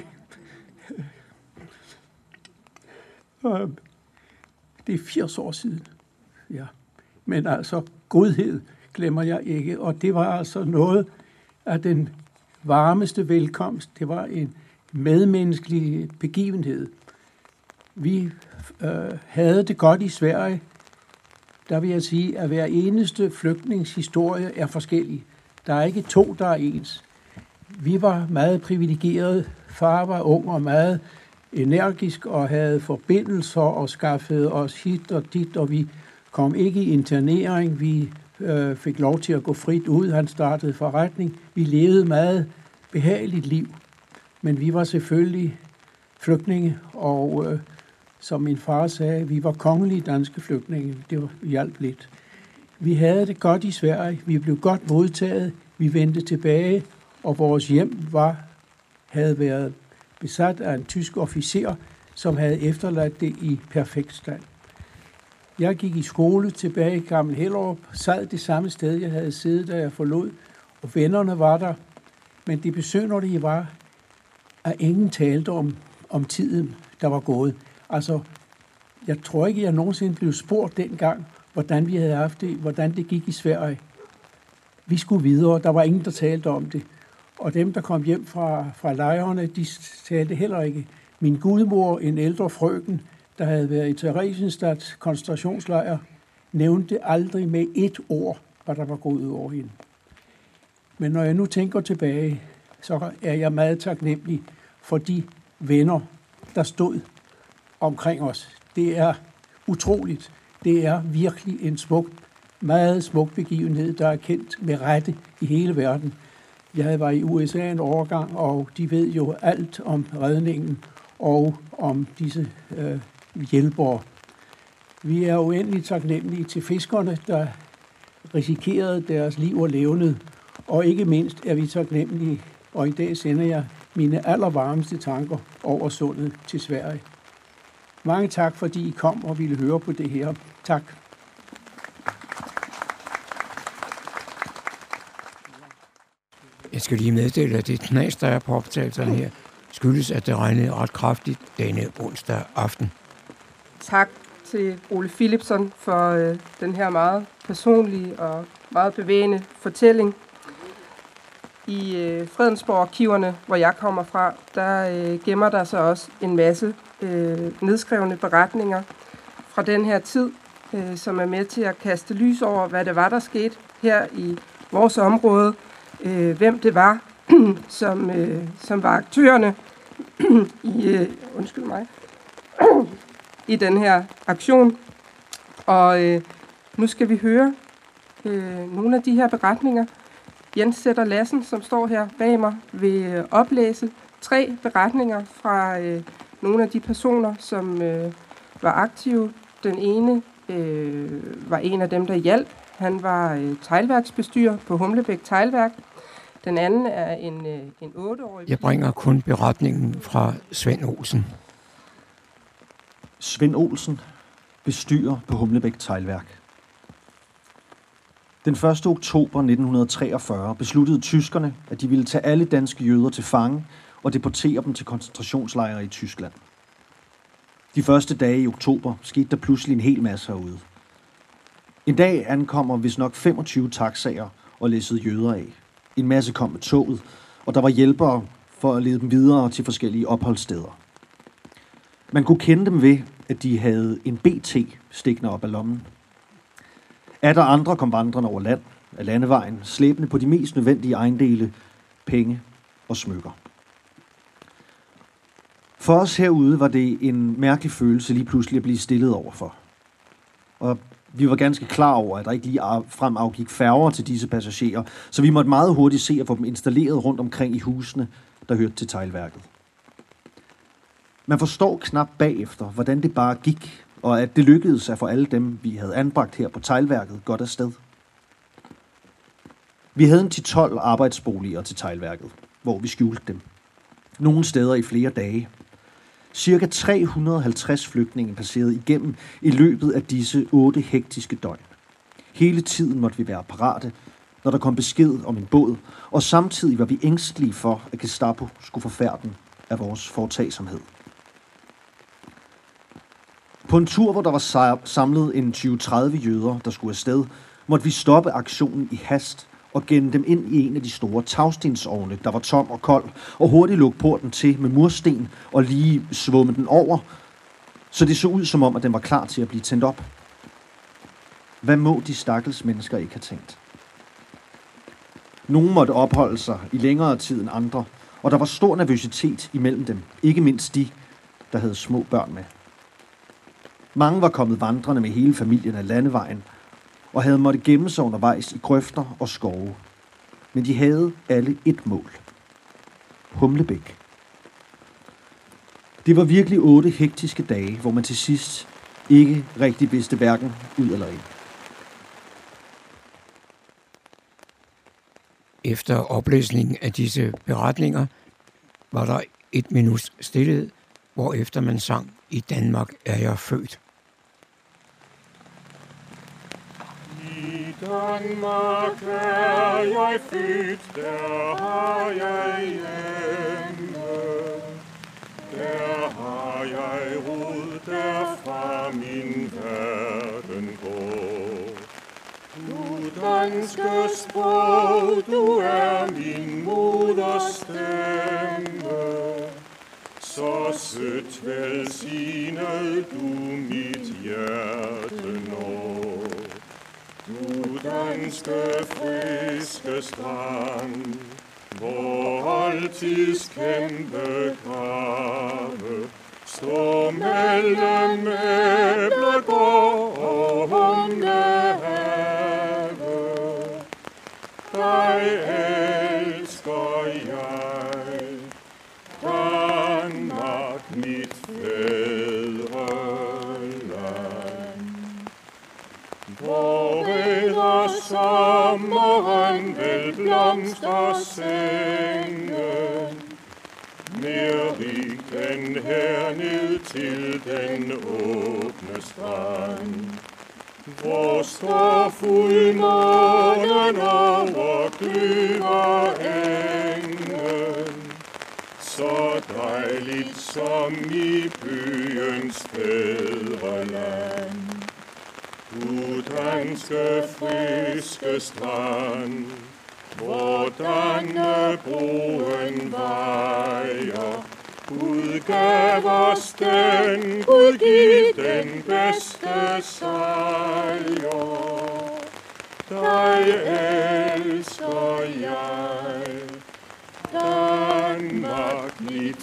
Det er 80 år siden. Ja. Men altså, godhed glemmer jeg ikke. Og det var altså noget af den varmeste velkomst. Det var en medmenneskelig begivenhed. Vi havde det godt i Sverige. Der vil jeg sige, at hver eneste flygtningshistorie er forskellig. Der er ikke 2, der er ens. Vi var meget privilegerede. Far var ung og meget energisk og havde forbindelser og skaffede os hit og dit, og vi kom ikke i internering. Vi fik lov til at gå frit ud. Han startede forretning. Vi levede meget behageligt liv. Men vi var selvfølgelig flygtninge, og som min far sagde, vi var kongelige danske flygtninge. Det hjalp lidt. Vi havde det godt i Sverige. Vi blev godt modtaget. Vi vendte tilbage, og vores hjem havde været besat af en tysk officer, som havde efterladt det i perfekt stand. Jeg gik i skole tilbage i Gammel Hellerup, sad det samme sted, jeg havde siddet, da jeg forlod, og vennerne var der. Men det besynderlige var, at ingen talte om tiden, der var gået. Altså, jeg tror ikke, jeg nogensinde blev spurgt dengang, hvordan vi havde haft det, hvordan det gik i Sverige. Vi skulle videre, der var ingen, der talte om det. Og dem, der kom hjem fra lejrene, de talte heller ikke. Min gudmor, en ældre frøken, der havde været i Theresienstadt koncentrationslejr, nævnte aldrig med et ord, hvad der var gået ud over hende. Men når jeg nu tænker tilbage, så er jeg meget taknemmelig for de venner, der stod omkring os. Det er utroligt. Det er virkelig en meget smuk begivenhed, der er kendt med rette i hele verden. Jeg var i USA en overgang, og de ved jo alt om redningen og om disse hjælpere. Vi er uendeligt taknemmelige til fiskerne, der risikerede deres liv og levned, Og ikke mindst er vi så glemmelige, og i dag sender jeg mine allervarmeste tanker over sundet til Sverige. Mange tak, fordi I kom og ville høre på det her. Tak. Jeg skal lige meddele, at det knas, der er på optagelserne her, skyldes, at det regnede ret kraftigt denne onsdag aften. Tak til Ole Philipsen for den her meget personlige og meget bevægende fortælling. I Fredensborg-arkiverne, hvor jeg kommer fra, der gemmer der sig også en masse nedskrevne beretninger fra den her tid, som er med til at kaste lys over, hvad det var, der skete her i vores område, hvem det var, som var aktørerne i, i den her aktion. Og nu skal vi høre nogle af de her beretninger. Jens Sætter Lassen, som står her bag mig, vil oplæse 3 beretninger fra nogle af de personer, som var aktive. Den ene var en af dem, der hjalp. Han var teglværksbestyrer på Humlebæk Teglværk. Den anden er en 8-årig... Jeg bringer kun beretningen fra Svend Olsen. Svend Olsen, bestyrer på Humlebæk Teglværk. Den 1. oktober 1943 besluttede tyskerne, at de ville tage alle danske jøder til fange og deportere dem til koncentrationslejre i Tyskland. De første dage i oktober skete der pludselig en hel masse herude. En dag ankommer vist nok 25 taxaer og læssede jøder af. En masse kom med toget, og der var hjælpere for at lede dem videre til forskellige opholdssteder. Man kunne kende dem ved, at de havde en BT stikkende op af lommen. Atter andre kom vandrende over land af landevejen, slæbende på de mest nødvendige ejendele, penge og smykker. For os herude var det en mærkelig følelse lige pludselig at blive stillet overfor. Og vi var ganske klar over, at der ikke lige frem afgik færger til disse passagerer, så vi måtte meget hurtigt se at få dem installeret rundt omkring i husene, der hørte til teglværket. Man forstår knap bagefter, hvordan det bare gik, og at det lykkedes at få alle dem, vi havde anbragt her på teglværket, godt afsted. Vi havde en 10-12 arbejdsboliger til teglværket, hvor vi skjulte dem. Nogle steder i flere dage. Cirka 350 flygtninge passerede igennem i løbet af disse 8 hektiske døgn. Hele tiden måtte vi være parate, når der kom besked om en båd, og samtidig var vi ængstelige for, at Gestapo skulle få færden af vores foretagsomhed. På en tur, hvor der var samlet en 20-30 jøder, der skulle afsted, måtte vi stoppe aktionen i hast og gemme dem ind i en af de store tagstensovne, der var tom og kold, og hurtigt lukke porten til med mursten og lige svumme den over, så det så ud som om, at den var klar til at blive tændt op. Hvad må de stakkels mennesker ikke have tænkt? Nogle måtte opholde sig i længere tid end andre, og der var stor nervøsitet imellem dem, ikke mindst de, der havde små børn med. Mange var kommet vandrende med hele familien af landevejen, og havde måttet gemme sig undervejs i grøfter og skove. Men de havde alle et mål. Humlebæk. Det var virkelig 8 hektiske dage, hvor man til sidst ikke rigtig vidste hverken ud eller ind. Efter oplæsningen af disse beretninger var der 1 minuts stilhed, hvorefter man sang "I Danmark er jeg født". I Danmark er jeg født, der har jeg hjemme. Der har jeg rod, derfra min verden går. Du danske sprog, du er min moders stemme. Så sødt velsignet du mit hjerte når. Du danske friske strand, hvor altids kæmpe grave står mellem æblegård og humlehave. Dig elsker jeg, Danmark, mit fædreland. Hvor veder sommeren vel blomster blomstersengen. Mere rig den herned til den åbne strand, hvor står fuldmånen over kløverengen, så dejligt som i byens fædreland. Du danske friske strand, hvor Dannebroen vejer, Gud gav os den, Gud giv den bedste sejr. Dig elsker jeg, Danmark mit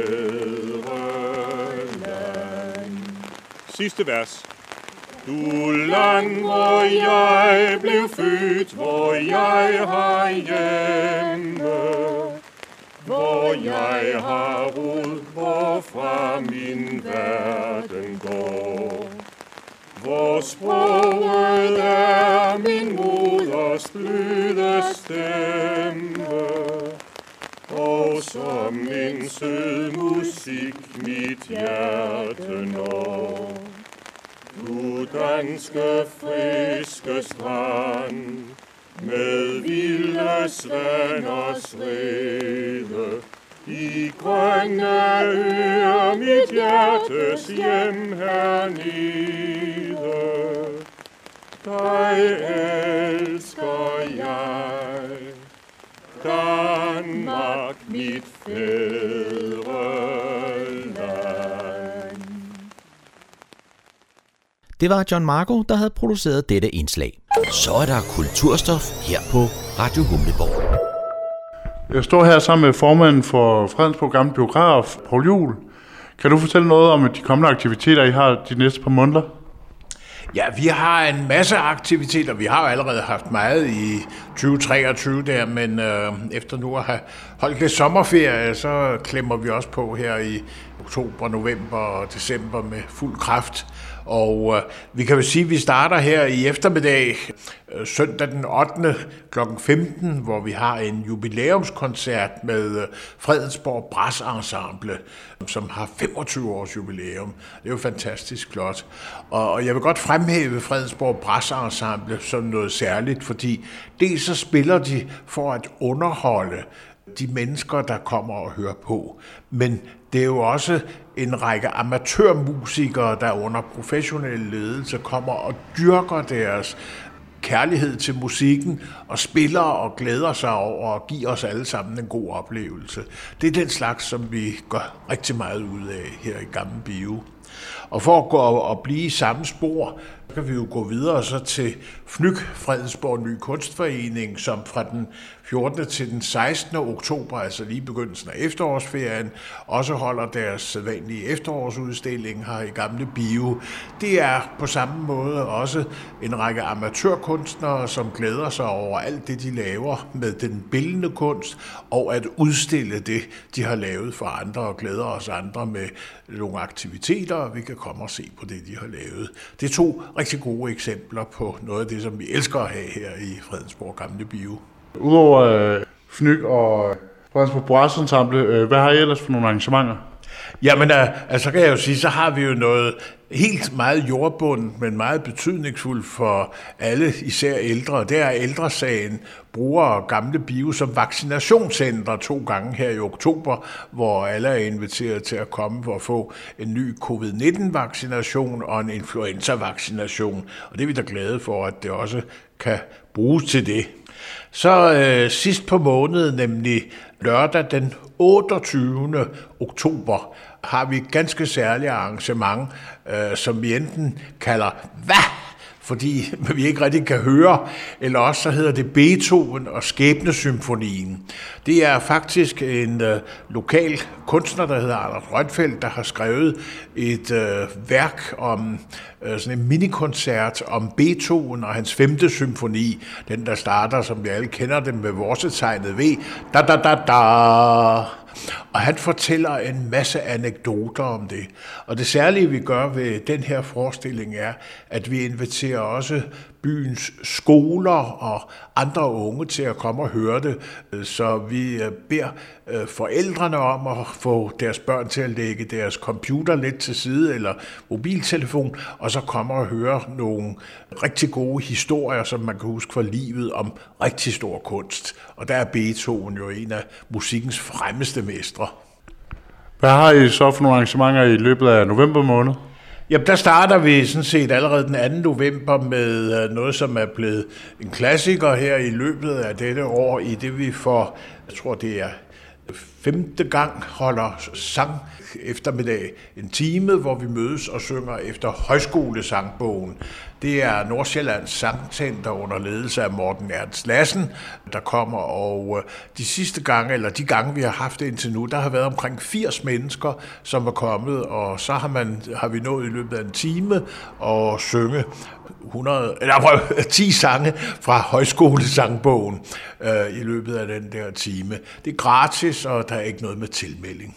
fædreland. Sidste vers. Du land, hvor jeg blev født, hvor jeg har hjemme, hvor jeg har rod, hvorfra min verden går. Hvor sproget er min moders bløde stemme, og som en sød musik mit hjerte når. Du danske friske strand, med vilde svaners rede, i grønne øer mit hjertes hjem hernede. Dig elsker jeg, Danmark mit fædreland. Det var John Marco, der havde produceret dette indslag. Så er der kulturstof her på Radio Humleborg. Jeg står her sammen med formanden for Fredensborg Gamle Biograf, Poul Juhl. Kan du fortælle noget om de kommende aktiviteter, I har de næste par måneder? Ja, vi har en masse aktiviteter. Vi har jo allerede haft meget i 2023 der, men efter nu at have holdt lidt sommerferie, så klemmer vi også på her i oktober, november og december med fuld kraft. Og vi kan jo sige, at vi starter her i eftermiddag, søndag den 8. kl. 15, hvor vi har en jubilæumskoncert med Fredensborg Brass Ensemble, som har 25 års jubilæum. Det er jo fantastisk flot. Og jeg vil godt fremhæve Fredensborg Brass Ensemble som noget særligt, fordi dels så spiller de for at underholde de mennesker, der kommer og hører på. Men det er jo også en række amatørmusikere, der under professionel ledelse kommer og dyrker deres kærlighed til musikken og spiller og glæder sig over og giver os alle sammen en god oplevelse. Det er den slags, som vi gør rigtig meget ud af her i Gamle Bio. Og for at gå og blive i samme spor, så kan vi jo gå videre så til FNYK, Fredensborg Ny Kunstforening, som fra den 14. til den 16. oktober, altså lige begyndelsen af efterårsferien, også holder deres sædvanlige efterårsudstilling her i Gamle Bio. Det er på samme måde også en række amatørkunstnere, som glæder sig over alt det, de laver med den bildende kunst, og at udstille det, de har lavet for andre, og glæder os andre med nogle aktiviteter, og vi kan komme og se på det, de har lavet. Det er to rigtig gode eksempler på noget af det, som vi elsker at have her i Fredensborg Gamle Bio. Udover FNYK og Fredensborg Brass Ensemble, hvad har I ellers for nogle arrangementer? Jamen, altså kan jeg jo sige, så har vi jo noget helt meget jordbundet, men meget betydningsfuldt for alle, især ældre. Det er Ældresagen bruger Gamle Bio som vaccinationscenter 2 gange her i oktober, hvor alle er inviteret til at komme for at få en ny covid-19-vaccination og en influenza-vaccination. Og det er vi da glade for, at det også kan bruges til det. Så sidst på måneden, nemlig lørdag den 28. oktober, har vi et ganske særligt arrangement, som vi enten kalder hvad? Fordi vi ikke rigtig kan høre, eller også så hedder det Beethoven og Skæbnesymfonien. Det er faktisk en lokal kunstner, der hedder Anders Rønfeldt, der har skrevet et værk om sådan en minikoncert om Beethoven og hans 5. symfoni, den der starter, som vi alle kender dem, med vorsetegnet V, da da da da. Og han fortæller en masse anekdoter om det. Og det særlige, vi gør ved den her forestilling, er, at vi inviterer også byens skoler og andre unge til at komme og høre det. Så vi beder forældrene om at få deres børn til at lægge deres computer lidt til side eller mobiltelefon, og så komme og høre nogle rigtig gode historier, som man kan huske fra livet om rigtig stor kunst. Og der er Beethoven jo en af musikkens fremmeste mestre. Hvad har I så for nogle arrangementer i løbet af november måned? Jamen, der starter vi sådan set allerede den 2. november med noget, som er blevet en klassiker her i løbet af dette år, i det vi får, jeg tror det er 5. gang, holder sang eftermiddag, en time, hvor vi mødes og synger efter højskolesangbogen. Det er Nordsjællands Sangcenter under ledelse af Morten Ernst Lassen, der kommer, og de sidste gange, eller de gange, vi har haft det indtil nu, der har været omkring 80 mennesker, som er kommet, og så har vi nået i løbet af en time at synge 10 sange fra højskolesangbogen i løbet af den der time. Det er gratis, og der er ikke noget med tilmelding.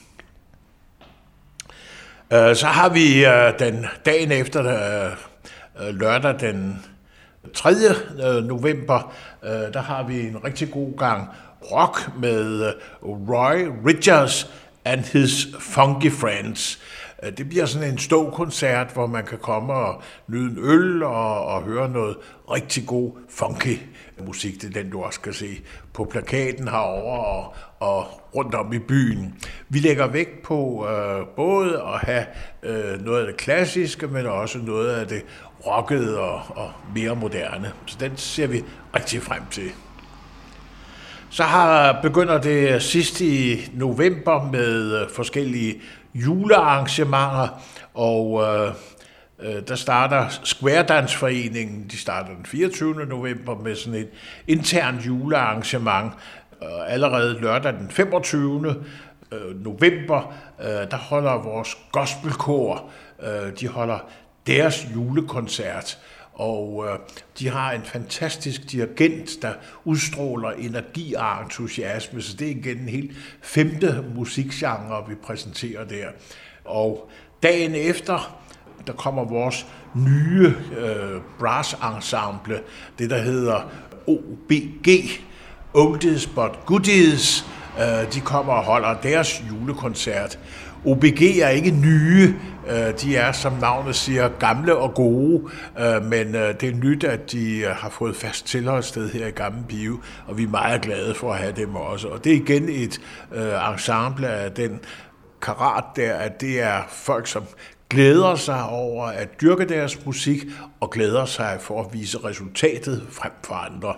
Så har vi dagen efter, lørdag den 3. november, der har vi en rigtig god gang rock med Roy Richards and his Funky Friends. Det bliver sådan en ståkoncert, hvor man kan komme og nyde en øl og høre noget rigtig god funky musik. Det er den, du også skal se på plakaten herovre og rundt om i byen. Vi lægger vægt på både at have noget af det klassiske, men også noget af det rockede og mere moderne. Så den ser vi rigtig frem til. Så begynder det sidst i november med forskellige julearrangementer, og der starter Skværdansforeningen, de starter den 24. november med sådan et internt julearrangement. Allerede lørdag den 25. november, der holder vores gospelkor, de holder deres julekoncert, og de har en fantastisk dirigent, der udstråler energi og entusiasme, så det er igen en helt 5. musikgenre, vi præsenterer der. Og dagen efter, der kommer vores nye brass ensemble, det der hedder OBG, Oldies But Goodies. De kommer og holder deres julekoncert. OBG er ikke nye, de er, som navnet siger, gamle og gode, men det er nyt, at de har fået fast tilholdssted her i Gammel Bio, og vi er meget glade for at have dem også. Og det er igen et ensemble af den karat der, at det er folk, som glæder sig over at dyrke deres musik, og glæder sig for at vise resultatet frem for andre.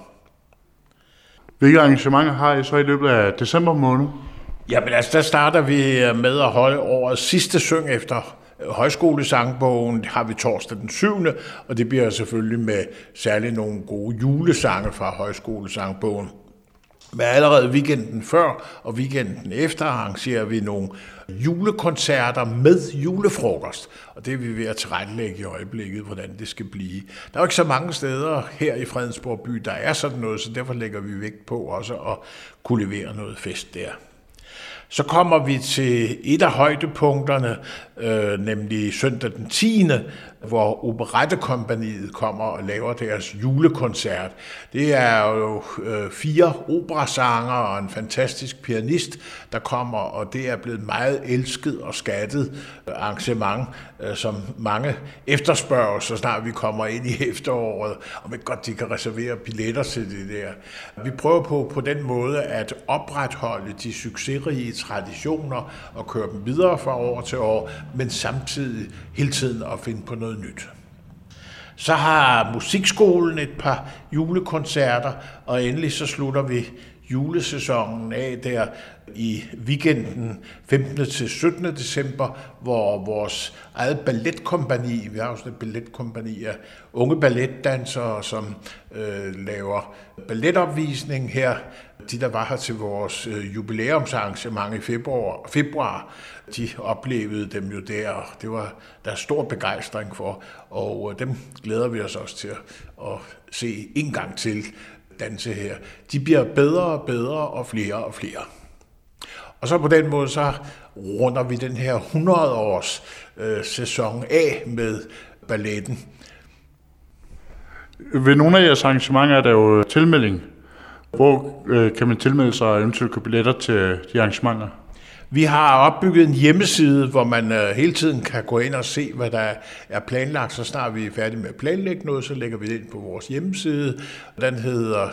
Hvilke arrangementer har I så i løbet af december måned? Jamen altså, der starter vi med at holde årets sidste syng efter højskolesangbogen. Det har vi torsdag den 7. Og det bliver selvfølgelig med særligt nogle gode julesange fra højskolesangbogen. Men allerede weekenden før og weekenden efter arrangerer vi nogle julekoncerter med julefrokost. Og det er vi ved at tilrettelægge i øjeblikket, hvordan det skal blive. Der er jo ikke så mange steder her i Fredensborg by, der er sådan noget, så derfor lægger vi vægt på også at kunne levere noget fest der. Så kommer vi til et af højdepunkterne, nemlig søndag den 10., hvor Operettekompagniet kommer og laver deres julekoncert. Det er jo 4 operasanger og en fantastisk pianist, der kommer, og det er blevet meget elsket og skattet arrangement, som mange efterspørger, så snart vi kommer ind i efteråret, og det godt, de kan reservere billetter til det der. Vi prøver på den måde at opretholde de succesrige traditioner og køre dem videre fra år til år, men samtidig hele tiden at finde på noget nyt. Så har musikskolen et par julekoncerter, og endelig så slutter vi julesæsonen af der i weekenden 15. til 17. december, hvor vores eget balletkompagni, vi har jo sådan et balletkompagni af unge balletdansere, som laver balletopvisning her. De, der var her til vores jubilæumsarrangement i februar, de oplevede dem jo der, og det var der stor begejstring for, og dem glæder vi os også til at se en gang til danse her. De bliver bedre og bedre og flere. Og så på den måde, så runder vi den her 100-års sæson af med balletten. Ved nogle af jeres arrangementer er der jo tilmelding. Hvor kan man tilmelde sig og eventuelt købe billetter til de arrangementer? Vi har opbygget en hjemmeside, hvor man hele tiden kan gå ind og se, hvad der er planlagt. Så snart vi er færdige med at planlægge noget, så lægger vi det ind på vores hjemmeside. Den hedder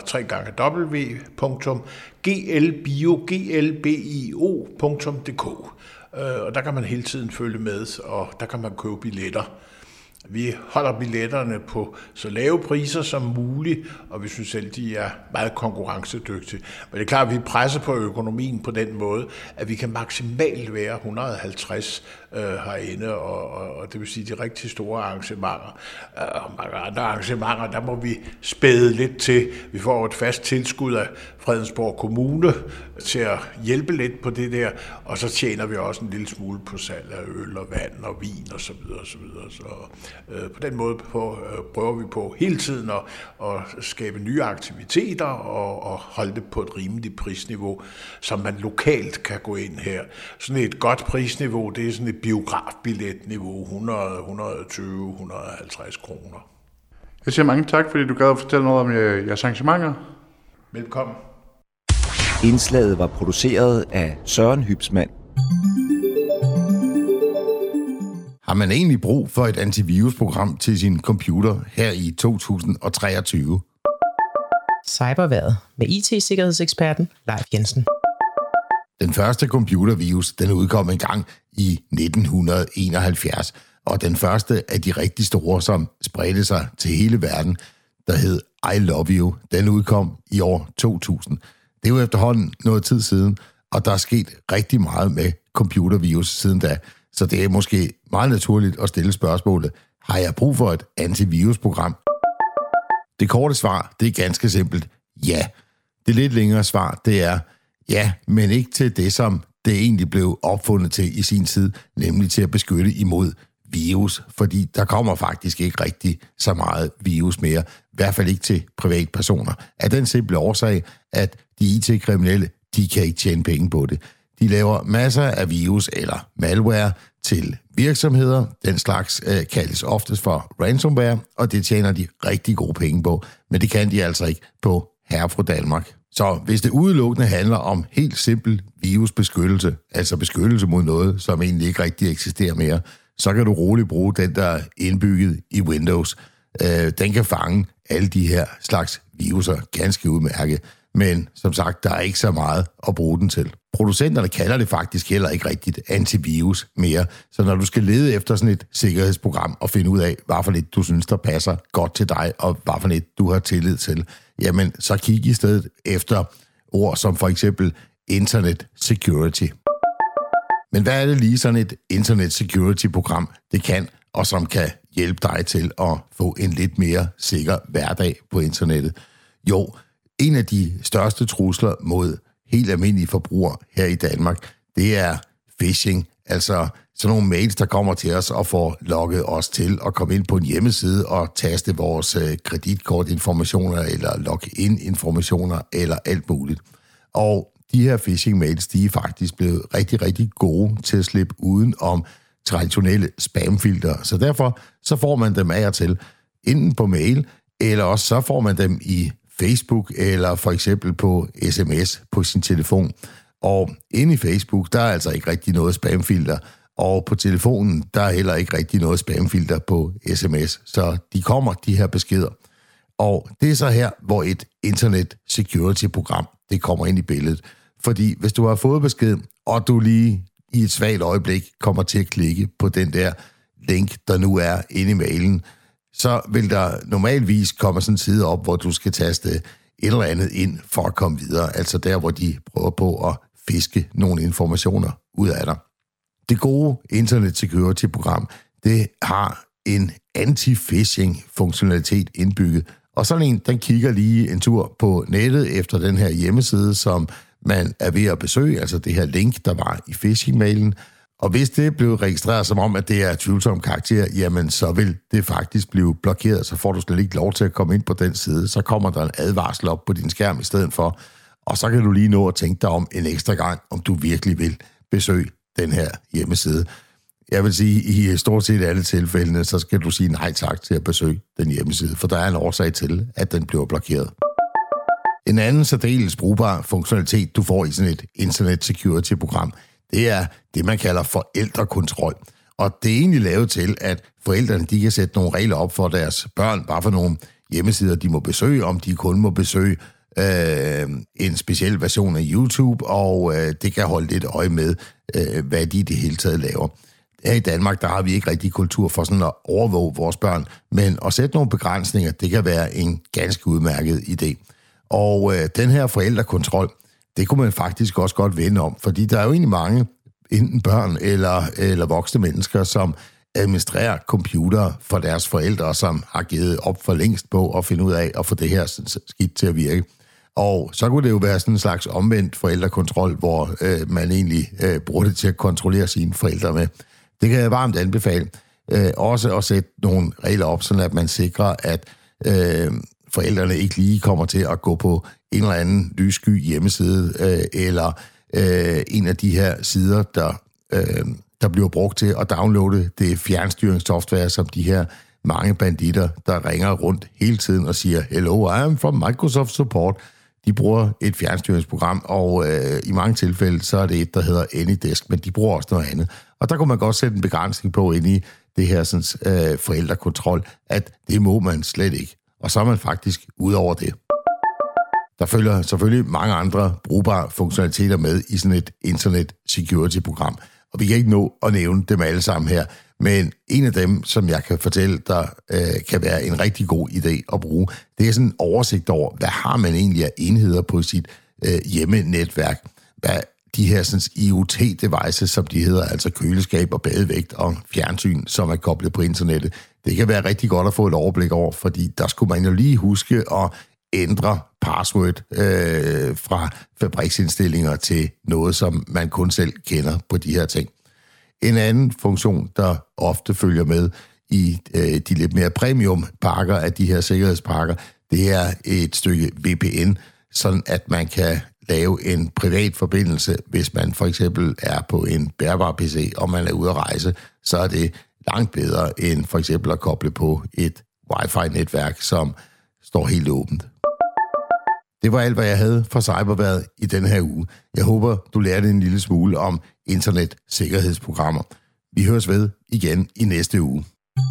www.glbio.dk. Og der kan man hele tiden følge med, og der kan man købe billetter. Vi holder billetterne på så lave priser som muligt, og vi synes selv, de er meget konkurrencedygtige. Men det er klart, at vi presser på økonomien på den måde, at vi kan maksimalt være 150 herinde, og det vil sige de rigtig store arrangementer. Og mange andre arrangementer, der må vi spæde lidt til. Vi får et fast tilskud af Fredensborg Kommune til at hjælpe lidt på det der, og så tjener vi også en lille smule på salg af øl og vand og vin og så videre og så videre. Så på den måde prøver vi på hele tiden at skabe nye aktiviteter og holde det på et rimeligt prisniveau, som man lokalt kan gå ind her. Sådan et godt prisniveau, det er sådan et biografbilletniveau, 100, 120, 150 kroner. Jeg siger mange tak, fordi du gad at fortælle noget om jeres arrangementer. Velkommen. Indslaget var produceret af Søren Hybsmand. Har man egentlig brug for et antivirusprogram til sin computer her i 2023? Cyberværet med IT-sikkerhedseksperten Leif Jensen. Den første computervirus, den udkom engang i 1971, og den første af de rigtig store, som spredte sig til hele verden, der hed I Love You, den udkom i år 2000. Det er jo efterhånden noget tid siden, og der er sket rigtig meget med computervirus siden da, så det er måske meget naturligt at stille spørgsmålet, har jeg brug for et antivirusprogram? Det korte svar, det er ganske simpelt, ja. Det lidt længere svar, det er ja, men ikke til det, som det egentlig blev opfundet til i sin tid, nemlig til at beskytte imod virus, fordi der kommer faktisk ikke rigtig så meget virus mere, i hvert fald ikke til privatpersoner. Af den simple årsag, at de IT-kriminelle, de kan ikke tjene penge på det. De laver masser af virus eller malware til virksomheder. Den slags kaldes oftest for ransomware, og det tjener de rigtig gode penge på, men det kan de altså ikke på herre fra Danmark. Så hvis det udelukkende handler om helt simpel virusbeskyttelse, altså beskyttelse mod noget, som egentlig ikke rigtig eksisterer mere, så kan du roligt bruge den, der er indbygget i Windows. Den kan fange alle de her slags viruser ganske udmærket, men som sagt, der er ikke så meget at bruge den til. Producenterne kalder det faktisk heller ikke rigtigt antivirus mere, så når du skal lede efter sådan et sikkerhedsprogram og finde ud af, hvad for et du synes, der passer godt til dig, og hvad for et du har tillid til, jamen så kig i stedet efter ord som for eksempel Internet Security. Men hvad er det lige sådan et Internet Security-program, det kan, og som kan hjælpe dig til at få en lidt mere sikker hverdag på internettet? Jo, en af de største trusler mod helt almindelige forbrugere her i Danmark, det er phishing, altså sådan nogle mails, der kommer til os og får logget os til at komme ind på en hjemmeside og taste vores kreditkortinformationer eller login-informationer eller alt muligt. Og de her phishing-mails, de er faktisk blevet rigtig, rigtig gode til at slippe uden om traditionelle spamfilter. Så derfor så får man dem af og til, enten på mail, eller også så får man dem i Facebook, eller for eksempel på sms på sin telefon. Og inde i Facebook, der er altså ikke rigtig noget spamfilter, og på telefonen, der er heller ikke rigtig noget spamfilter på sms. Så de kommer, de her beskeder. Og det er så her, hvor et Internet Security-program, det kommer ind i billedet. Fordi hvis du har fået besked, og du lige i et svagt øjeblik kommer til at klikke på den der link, der nu er inde i mailen, så vil der normalvis komme sådan en side op, hvor du skal taste et eller andet ind for at komme videre. Altså der, hvor de prøver på at fiske nogle informationer ud af dig. Det gode Internet Security-program, det har en anti-phishing-funktionalitet indbygget. Og sådan en, den kigger lige en tur på nettet efter den her hjemmeside, som man er ved at besøge, altså det her link, der var i phishing-mailen. Og hvis det blev registreret som om, at det er tvivlsom karakter, jamen så vil det faktisk blive blokeret, så får du slet ikke lov til at komme ind på den side. Så kommer der en advarsel op på din skærm i stedet for, og så kan du lige nå at tænke dig om en ekstra gang, om du virkelig vil besøge den her hjemmeside. Jeg vil sige, i stort set alle tilfældene, så skal du sige nej tak til at besøge den hjemmeside, for der er en årsag til, at den bliver blokeret. En anden særdeles brugbar funktionalitet, du får i sådan et Internet Security-program, det er det, man kalder forældrekontrol. Og det er egentlig lavet til, at forældrene de kan sætte nogle regler op for deres børn, bare for nogle hjemmesider, de må besøge, om de kun må besøge en speciel version af YouTube, og det kan holde lidt øje med, hvad de i det hele taget laver. Her i Danmark, der har vi ikke rigtig kultur for sådan at overvåge vores børn, men at sætte nogle begrænsninger, det kan være en ganske udmærket idé. Og den her forældrekontrol, det kunne man faktisk også godt vende om, fordi der er jo egentlig mange, enten børn eller voksne mennesker, som administrerer computer for deres forældre, som har givet op for længst på at finde ud af at få det her skidt til at virke. Og så kunne det jo være sådan en slags omvendt forældrekontrol, hvor man egentlig bruger det til at kontrollere sine forældre med. Det kan jeg varmt anbefale. Også at sætte nogle regler op, sådan at man sikrer, at forældrene ikke lige kommer til at gå på en eller anden lyssky hjemmeside, eller en af de her sider, der bliver brugt til at downloade det fjernstyringssoftware, som de her mange banditter, der ringer rundt hele tiden og siger, hello, I am from Microsoft Support. De bruger et fjernstyringsprogram, og i mange tilfælde, så er det et, der hedder AnyDesk, men de bruger også noget andet. Og der kunne man godt sætte en begrænsning på ind i det her sådan, forældrekontrol, at det må man slet ikke. Og så er man faktisk ud over det. Der følger selvfølgelig mange andre brugbare funktionaliteter med i sådan et Internet Security-program. Og vi kan ikke nå at nævne dem alle sammen her, men en af dem, som jeg kan fortælle, der kan være en rigtig god idé at bruge, det er sådan en oversigt over, hvad har man egentlig af enheder på sit hjemmenetværk. Hvad de her sådan, IoT-devices, som de hedder, altså køleskab og badevægt og fjernsyn, som er koblet på internettet. Det kan være rigtig godt at få et overblik over, fordi der skulle man jo lige huske at ændre password fra fabriksindstillinger til noget, som man kun selv kender på de her ting. En anden funktion, der ofte følger med i de lidt mere premium-pakker af de her sikkerhedspakker, det er et stykke VPN, sådan at man kan lave en privat forbindelse, hvis man for eksempel er på en bærbar PC, og man er ude at rejse, så er det langt bedre end for eksempel at koble på et wifi-netværk, som står helt åbent. Det var alt, hvad jeg havde for Cyberværet i denne her uge. Jeg håber, du lærte en lille smule om internetsikkerhedsprogrammer. Vi høres ved igen i næste uge.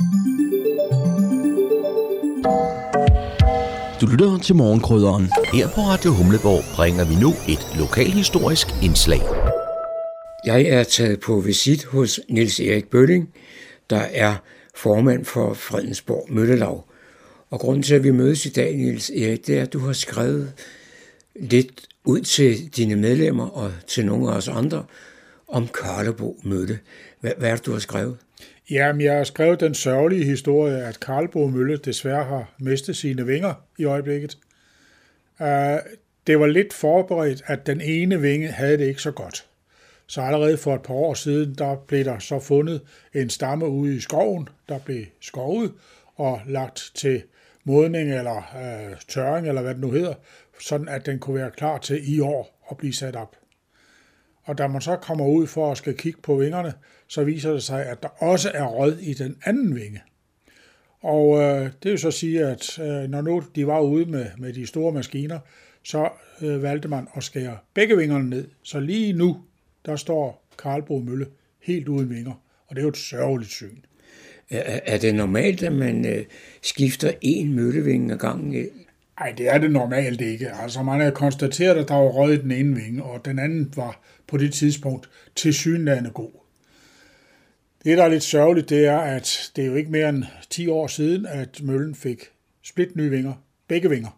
Du lytter til Morgenkrydderen. Her på Radio Humleborg bringer vi nu et lokalhistorisk indslag. Jeg er taget på visit hos Niels Erik Bølling, der er formand for Fredensborg Møllelaug. Og grunden til, at vi mødes i dag, Niels Erik, det er, at du har skrevet lidt ud til dine medlemmer og til nogle af os andre om Karlebo Mølle. Hvad er det, du har skrevet? Jamen, jeg har skrevet den sørgelige historie, at Karlebo Mølle desværre har mistet sine vinger i øjeblikket. Det var lidt forberedt, at den ene vinge havde det ikke så godt. Så allerede for et par år siden, der blev der så fundet en stamme ude i skoven, der blev skovet og lagt til modning eller tørring, eller hvad det nu hedder, sådan at den kunne være klar til i år at blive sat op. Og da man så kommer ud for at skal kigge på vingerne, så viser det sig, at der også er rød i den anden vinge. Og det vil så sige, at når nu de var ude med de store maskiner, så valgte man at skære begge vingerne ned. Så lige nu, der står Karlebo Mølle helt uden vinger, og det er jo et sørgeligt syn. Er det normalt, at man skifter en møllevinge ad gangen? Nej, det er det normalt ikke. Altså man har konstateret, at der var rød i den ene vinge, og den anden var på det tidspunkt tilsyneladende god. Det, der er lidt sørgeligt, det er, at det er jo ikke mere end 10 år siden, at møllen fik splitnye vinger, begge vinger.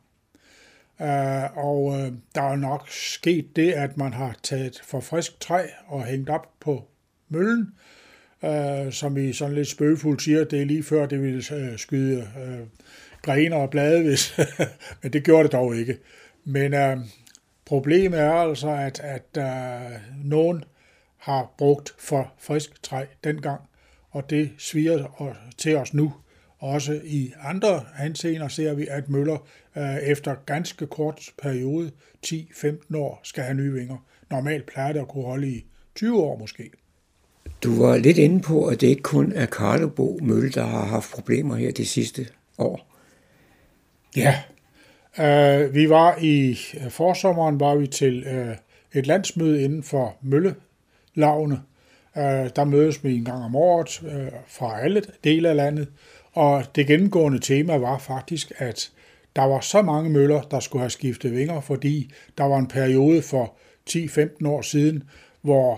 Og der er nok sket det, at man har taget for frisk træ og hængt op på møllen, som vi sådan lidt spøgefuldt siger, det er lige før det ville skyde grene og blade, hvis men det gjorde det dog ikke. Men problemet er altså, at nogen har brugt for frisk træ dengang, og det sviger til os nu. Også i andre henseender ser vi, at møller efter ganske kort periode, 10-15 år, skal have nye vinger. Normalt plejer det at kunne holde i 20 år måske. Du var lidt inde på, at det ikke kun er Karlebo Mølle, der har haft problemer her de sidste år. Ja, vi var i forsommeren til et landsmøde inden for møllelavene. Der mødes vi en gang om året fra alle dele af landet, og det gennemgående tema var faktisk, at der var så mange møller, der skulle have skiftet vinger, fordi der var en periode for 10-15 år siden, hvor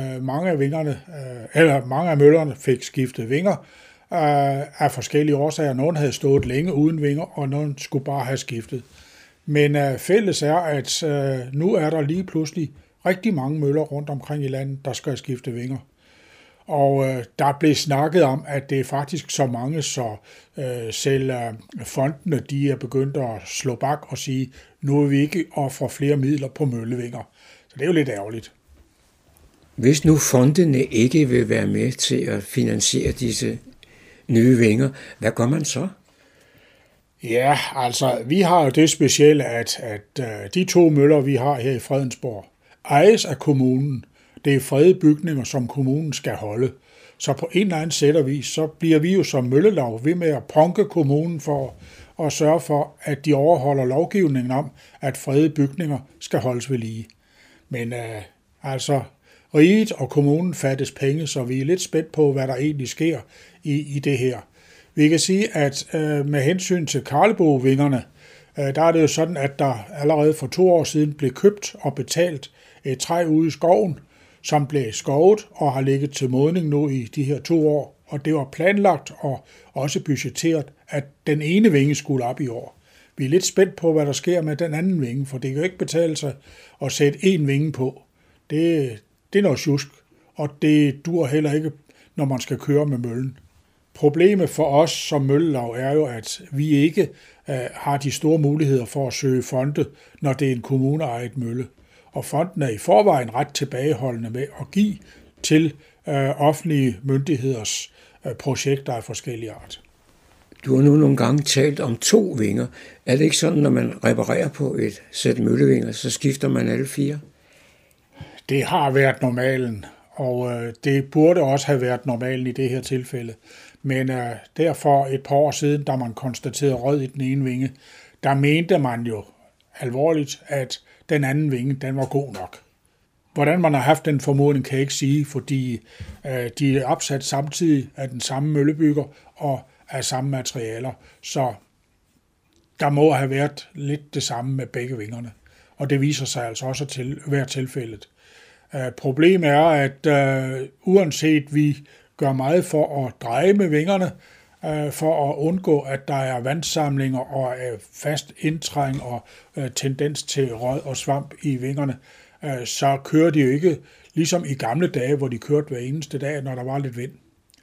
mange af møllerne fik skiftet vinger af forskellige årsager. Nogle havde stået længe uden vinger, og nogle skulle bare have skiftet. Men fælles er, at nu er der lige pludselig rigtig mange møller rundt omkring i landet, der skal skifte vinger. Og der blev snakket om, at det er faktisk så mange, så selv fondene de er begyndt at slå bak og sige, nu vil vi ikke ofre flere midler på møllevinger. Så det er jo lidt ærgerligt. Hvis nu fondene ikke vil være med til at finansiere disse nye vinger, hvad gør man så? Ja, altså vi har jo det specielle, at de 2 møller, vi har her i Fredensborg, ejes af kommunen. Det er fredede bygninger, som kommunen skal holde. Så på en eller anden sæt og vis, så bliver vi jo som møllelav ved med at punke kommunen for at sørge for, at de overholder lovgivningen om, at fredede bygninger skal holdes ved lige. Men riget og kommunen fattes penge, så vi er lidt spændt på, hvad der egentlig sker i det her. Vi kan sige, at med hensyn til Karlebo-vingerne, der er det jo sådan, at der allerede for 2 år siden blev købt og betalt et træ ude i skoven, som blev skovet og har ligget til modning nu i de her 2 år. Og det var planlagt og også budgetteret, at den ene vinge skulle op i år. Vi er lidt spændt på, hvad der sker med den anden vinge, for det kan jo ikke betale sig at sætte én vinge på. Det er noget sjusk, og det dur heller ikke, når man skal køre med møllen. Problemet for os som møllelav er jo, at vi ikke har de store muligheder for at søge fonde, når det er en kommuneejet mølle. Og fonden er i forvejen ret tilbageholdende med at give til offentlige myndigheders projekter af forskellige art. Du har nu nogle gange talt om 2 vinger. Er det ikke sådan, når man reparerer på et sæt møllevinger, så skifter man alle 4? Det har været normalen, og det burde også have været normalen i det her tilfælde. Men derfor et par år siden, da man konstaterede rød i den ene vinge, der mente man jo alvorligt, at den anden vinge, den var god nok. Hvordan man har haft den formodning, kan jeg ikke sige, fordi de er opsat samtidig af den samme møllebygger og af samme materialer. Så der må have været lidt det samme med begge vingerne. Og det viser sig altså også at være tilfældet. Problemet er, at uanset vi gør meget for at dreje med vingerne, for at undgå, at der er vandsamlinger og fast indtræng og tendens til råd og svamp i vingerne, så kører de jo ikke ligesom i gamle dage, hvor de kørte hver eneste dag, når der var lidt vind.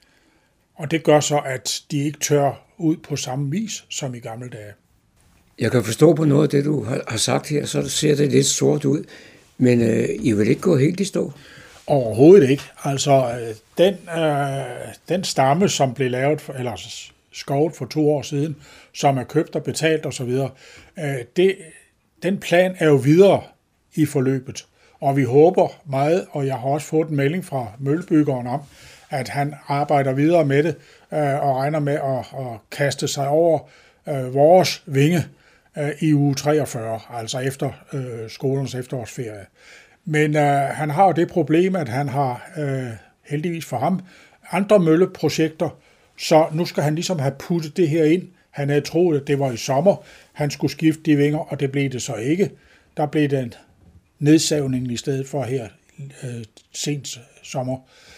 Og det gør så, at de ikke tør ud på samme vis som i gamle dage. Jeg kan forstå på noget af det, du har sagt her, så ser det lidt sort ud, men I vil ikke gå helt i stå? Overhovedet ikke. Altså, den stamme, som blev lavet, eller skovet for 2 år siden, som er købt og betalt osv., den plan er jo videre i forløbet. Og vi håber meget, og jeg har også fået en melding fra møllebyggeren om, at han arbejder videre med det og regner med at kaste sig over vores vinge i uge 43, altså efter skolernes efterårsferie. Men han har jo det problem, at han har heldigvis for ham andre mølleprojekter, så nu skal han ligesom have puttet det her ind. Han havde troet, at det var i sommer, han skulle skifte de vinger, og det blev det så ikke. Der blev den nedsavning i stedet for her sent sommer.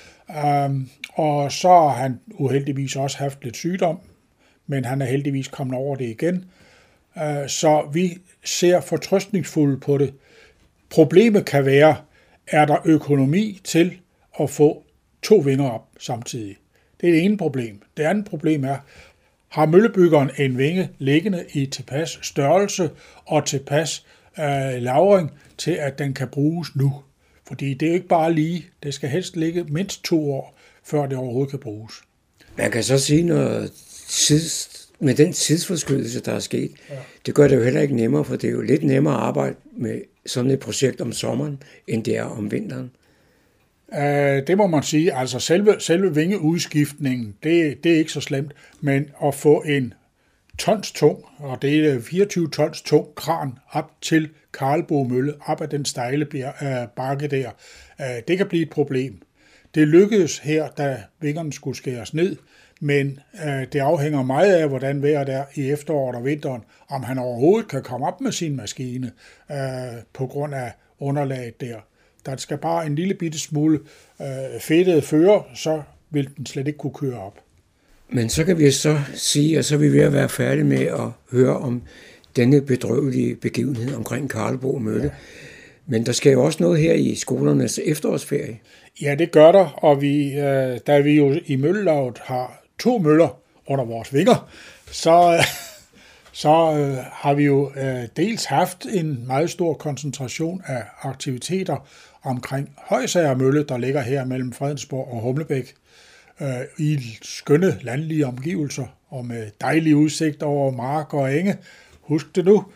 Og så har han uheldigvis også haft lidt sygdom, men han er heldigvis kommet over det igen. Så vi ser fortrøstningsfuldt på det. Problemet kan være, er der økonomi til at få 2 vinger op samtidig? Det er det ene problem. Det andet problem er, har møllebyggeren en vinge liggende i tilpas størrelse og tilpas lagring til, at den kan bruges nu? Fordi det er jo ikke bare lige. Det skal helst ligge mindst 2 år, før det overhovedet kan bruges. Man kan så sige noget med den tidsforskydelse, der er sket. Ja. Det gør det jo heller ikke nemmere, for det er jo lidt nemmere at arbejde med sådan et projekt om sommeren, end det er om vinteren. Det må man sige. Altså selve vingeudskiftningen, det er ikke så slemt, men at få en tons tung, og det er 24 tons tung kran op til Karlbo Mølle, op ad den stejle bakke der, det kan blive et problem. Det lykkedes her, da vingerne skulle skæres ned, men det afhænger meget af, hvordan vejret er i efteråret og vinteren, om han overhovedet kan komme op med sin maskine på grund af underlaget der. Der skal bare en lille bitte smule fedtet fører, så vil den slet ikke kunne køre op. Men så kan vi så sige, at så er vi ved at være færdige med at høre om denne bedrøvelige begivenhed omkring Karlbo Mølle. Ja. Men der sker jo også noget her i skolernes efterårsferie. Ja, det gør der, og da vi jo i møllelaget har 2 møller under vores vinger, så har vi jo dels haft en meget stor koncentration af aktiviteter omkring Højsager Mølle, der ligger her mellem Fredensborg og Humlebæk, i skønne landlige omgivelser og med dejlig udsigt over mark og enge. Husk det nu.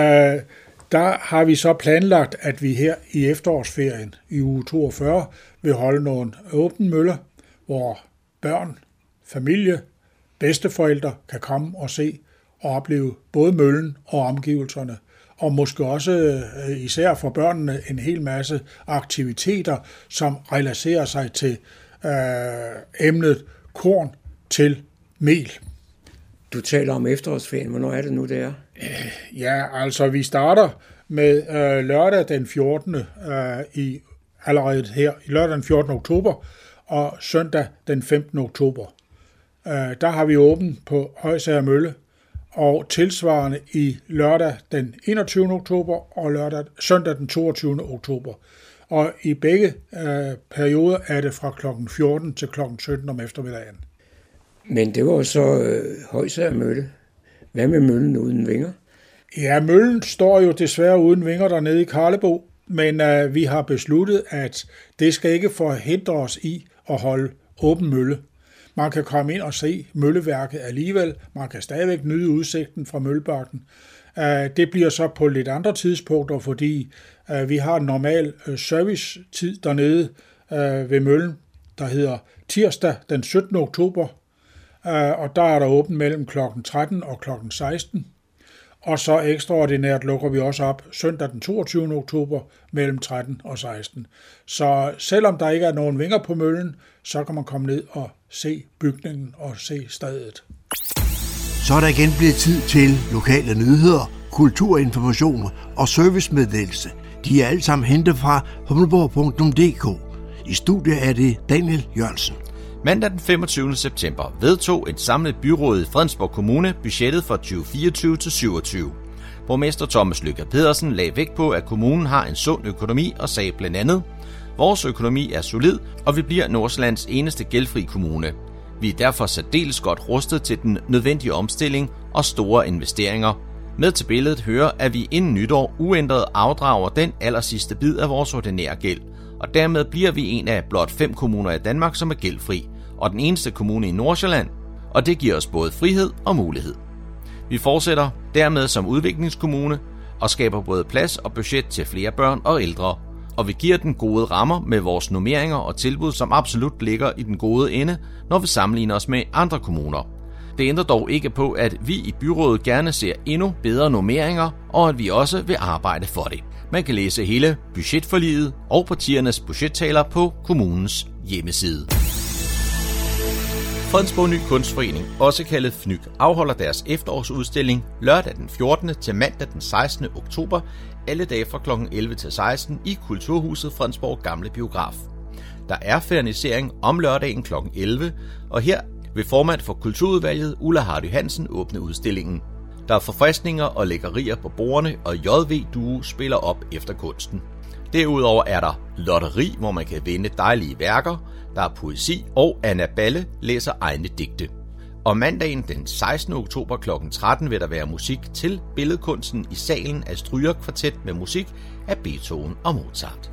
Der har vi så planlagt, at vi her i efterårsferien i uge 42 vil holde nogle åbne møller, hvor børn, familie, bedsteforældre kan komme og se og opleve både møllen og omgivelserne. Og måske også især for børnene en hel masse aktiviteter, som relaterer sig til emnet korn til mel. Du taler om efterårsferien. Hvornår er det nu, det er? Ja, altså vi starter med lørdag den 14. Allerede her, lørdag den 14. oktober og søndag den 15. oktober. Der har vi åbent på Højsager Mølle, og tilsvarende i lørdag den 21. oktober og søndag den 22. oktober. Og i begge perioder er det fra kl. 14 til kl. 17 om eftermiddagen. Men det var jo så Højsager Mølle. Hvad med møllen uden vinger? Ja, møllen står jo desværre uden vinger dernede i Karlebo, men vi har besluttet, at det skal ikke forhindre os i at holde åben mølle. Man kan komme ind og se mølleværket alligevel. Man kan stadigvæk nyde udsigten fra møllebakken. Det bliver så på lidt andre tidspunkter, fordi vi har en normal servicetid dernede ved møllen, der hedder tirsdag den 17. oktober, og der er der åbent mellem kl. 13 og kl. 16. Og så ekstraordinært lukker vi også op søndag den 22. oktober mellem 13 og 16. Så selvom der ikke er nogen vinger på møllen, så kan man komme ned og se bygningen og se stedet. Så er der igen blevet tid til lokale nyheder, kulturinformationer og servicemeddelelse. De er alle sammen hentet fra humleborg.dk. I studiet er det Daniel Jørgensen. Mandag den 25. september vedtog et samlet byråd i Fredensborg Kommune budgettet for 2024-27. Borgmester Thomas Lykke Pedersen lagde vægt på, at kommunen har en sund økonomi og sagde blandt andet: "Vores økonomi er solid, og vi bliver Nordsjællands eneste gældfri kommune. Vi er derfor særdeles godt rustet til den nødvendige omstilling og store investeringer. Med til billedet hører, at vi inden nytår uændret afdrager den allersidste bid af vores ordinære gæld, og dermed bliver vi en af blot 5 kommuner i Danmark, som er gældfri, og den eneste kommune i Nordsjælland, og det giver os både frihed og mulighed. Vi fortsætter dermed som udviklingskommune og skaber både plads og budget til flere børn og ældre, og vi giver den gode rammer med vores normeringer og tilbud, som absolut ligger i den gode ende, når vi sammenligner os med andre kommuner. Det ændrer dog ikke på, at vi i byrådet gerne ser endnu bedre normeringer, og at vi også vil arbejde for det. Man kan læse hele budgetforliget og partiernes budgettaler på kommunens hjemmeside. Fredensborg Ny Kunstforening, også kaldet FNYK, afholder deres efterårsudstilling lørdag den 14. til mandag den 16. oktober, alle dage fra kl. 11 til 16 i Kulturhuset Fredensborg Gamle Biograf. Der er fernisering om lørdagen kl. 11, og her vil formand for Kulturudvalget Ulla Hardy Hansen åbne udstillingen. Der er forfriskninger og lækkerier på bordene, og JV Duo spiller op efter kunsten. Derudover er der lotteri, hvor man kan vinde dejlige værker, der er poesi, og Anna Balle læser egne digte. Og mandagen den 16. oktober kl. 13 vil der være musik til billedkunsten i salen af strygerkvartet med musik af Beethoven og Mozart.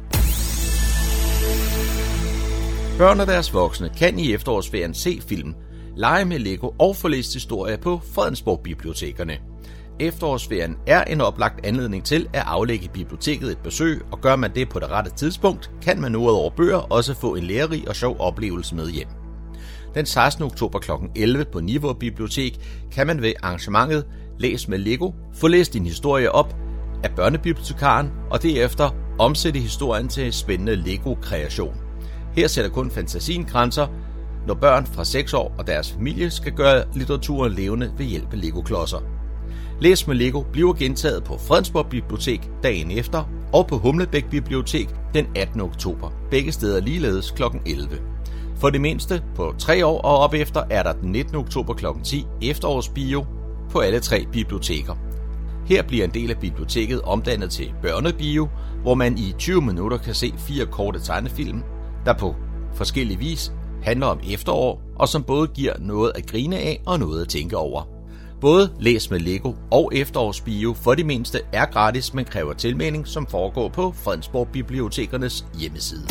Børn og deres voksne kan i efterårsferien se film, lege med Lego og få læst historier på Fredensborg Bibliotekerne. efterårsferien er en oplagt anledning til at aflægge biblioteket et besøg, og gør man det på det rette tidspunkt, kan man nu ud over bøger også få en lærerig og sjov oplevelse med hjem. Den 16. oktober kl. 11 på Nivå Bibliotek kan man ved arrangementet Læs med Lego få læst din historie op af børnebibliotekaren og derefter omsætte historien til spændende Lego-kreation. Her sætter kun fantasien grænser, når børn fra 6 år og deres familie skal gøre litteraturen levende ved hjælp af Lego-klodser. Læs med Lego bliver gentaget på Fredensborg Bibliotek dagen efter og på Humlebæk Bibliotek den 18. oktober. Begge steder ligeledes kl. 11. For det mindste på 3 år og op efter er der den 19. oktober kl. 10 efterårsbio på alle 3 biblioteker. Her bliver en del af biblioteket omdannet til børnebio, hvor man i 20 minutter kan se 4 korte tegnefilm, der på forskellig vis handler om efterår, og som både giver noget at grine af og noget at tænke over. Både Læs med Lego og efterårsbio for de mindste er gratis, men kræver tilmelding, som foregår på Fredensborg Bibliotekernes hjemmeside.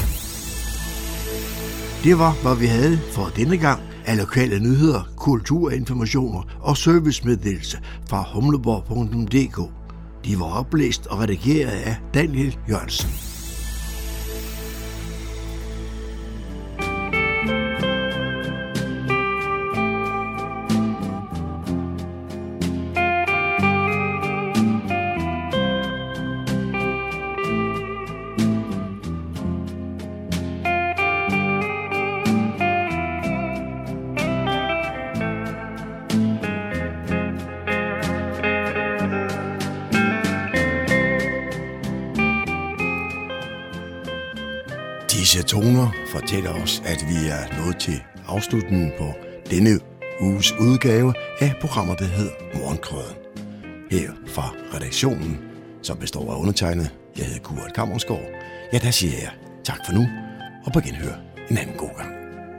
Det var, hvad vi havde for denne gang af lokale nyheder, kulturinformationer og servicemeddelelse fra humleborg.dk. De var oplæst og redigeret af Daniel Jørgensen. Disse toner fortæller os, at vi er nået til afslutningen på denne uges udgave af programmet, der hedder Morgenkrøden. Her fra redaktionen, som består af undertegnet, jeg hedder Kurt Kammersgaard. Ja, der siger jeg tak for nu, og på genhør en anden god gang.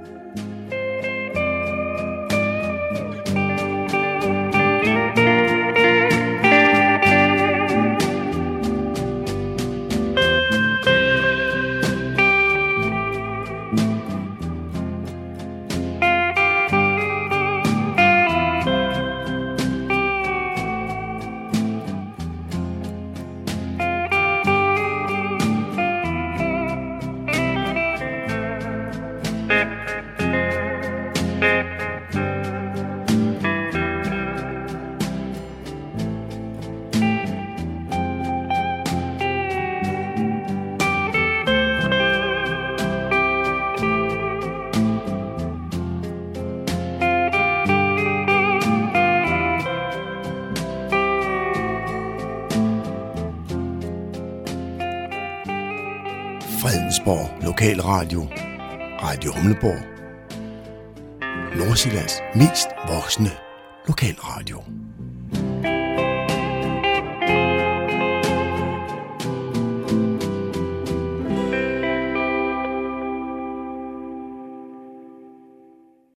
Fredensborg Lokalradio, Radio Humleborg, Nordsjællands mest voksne lokalradio.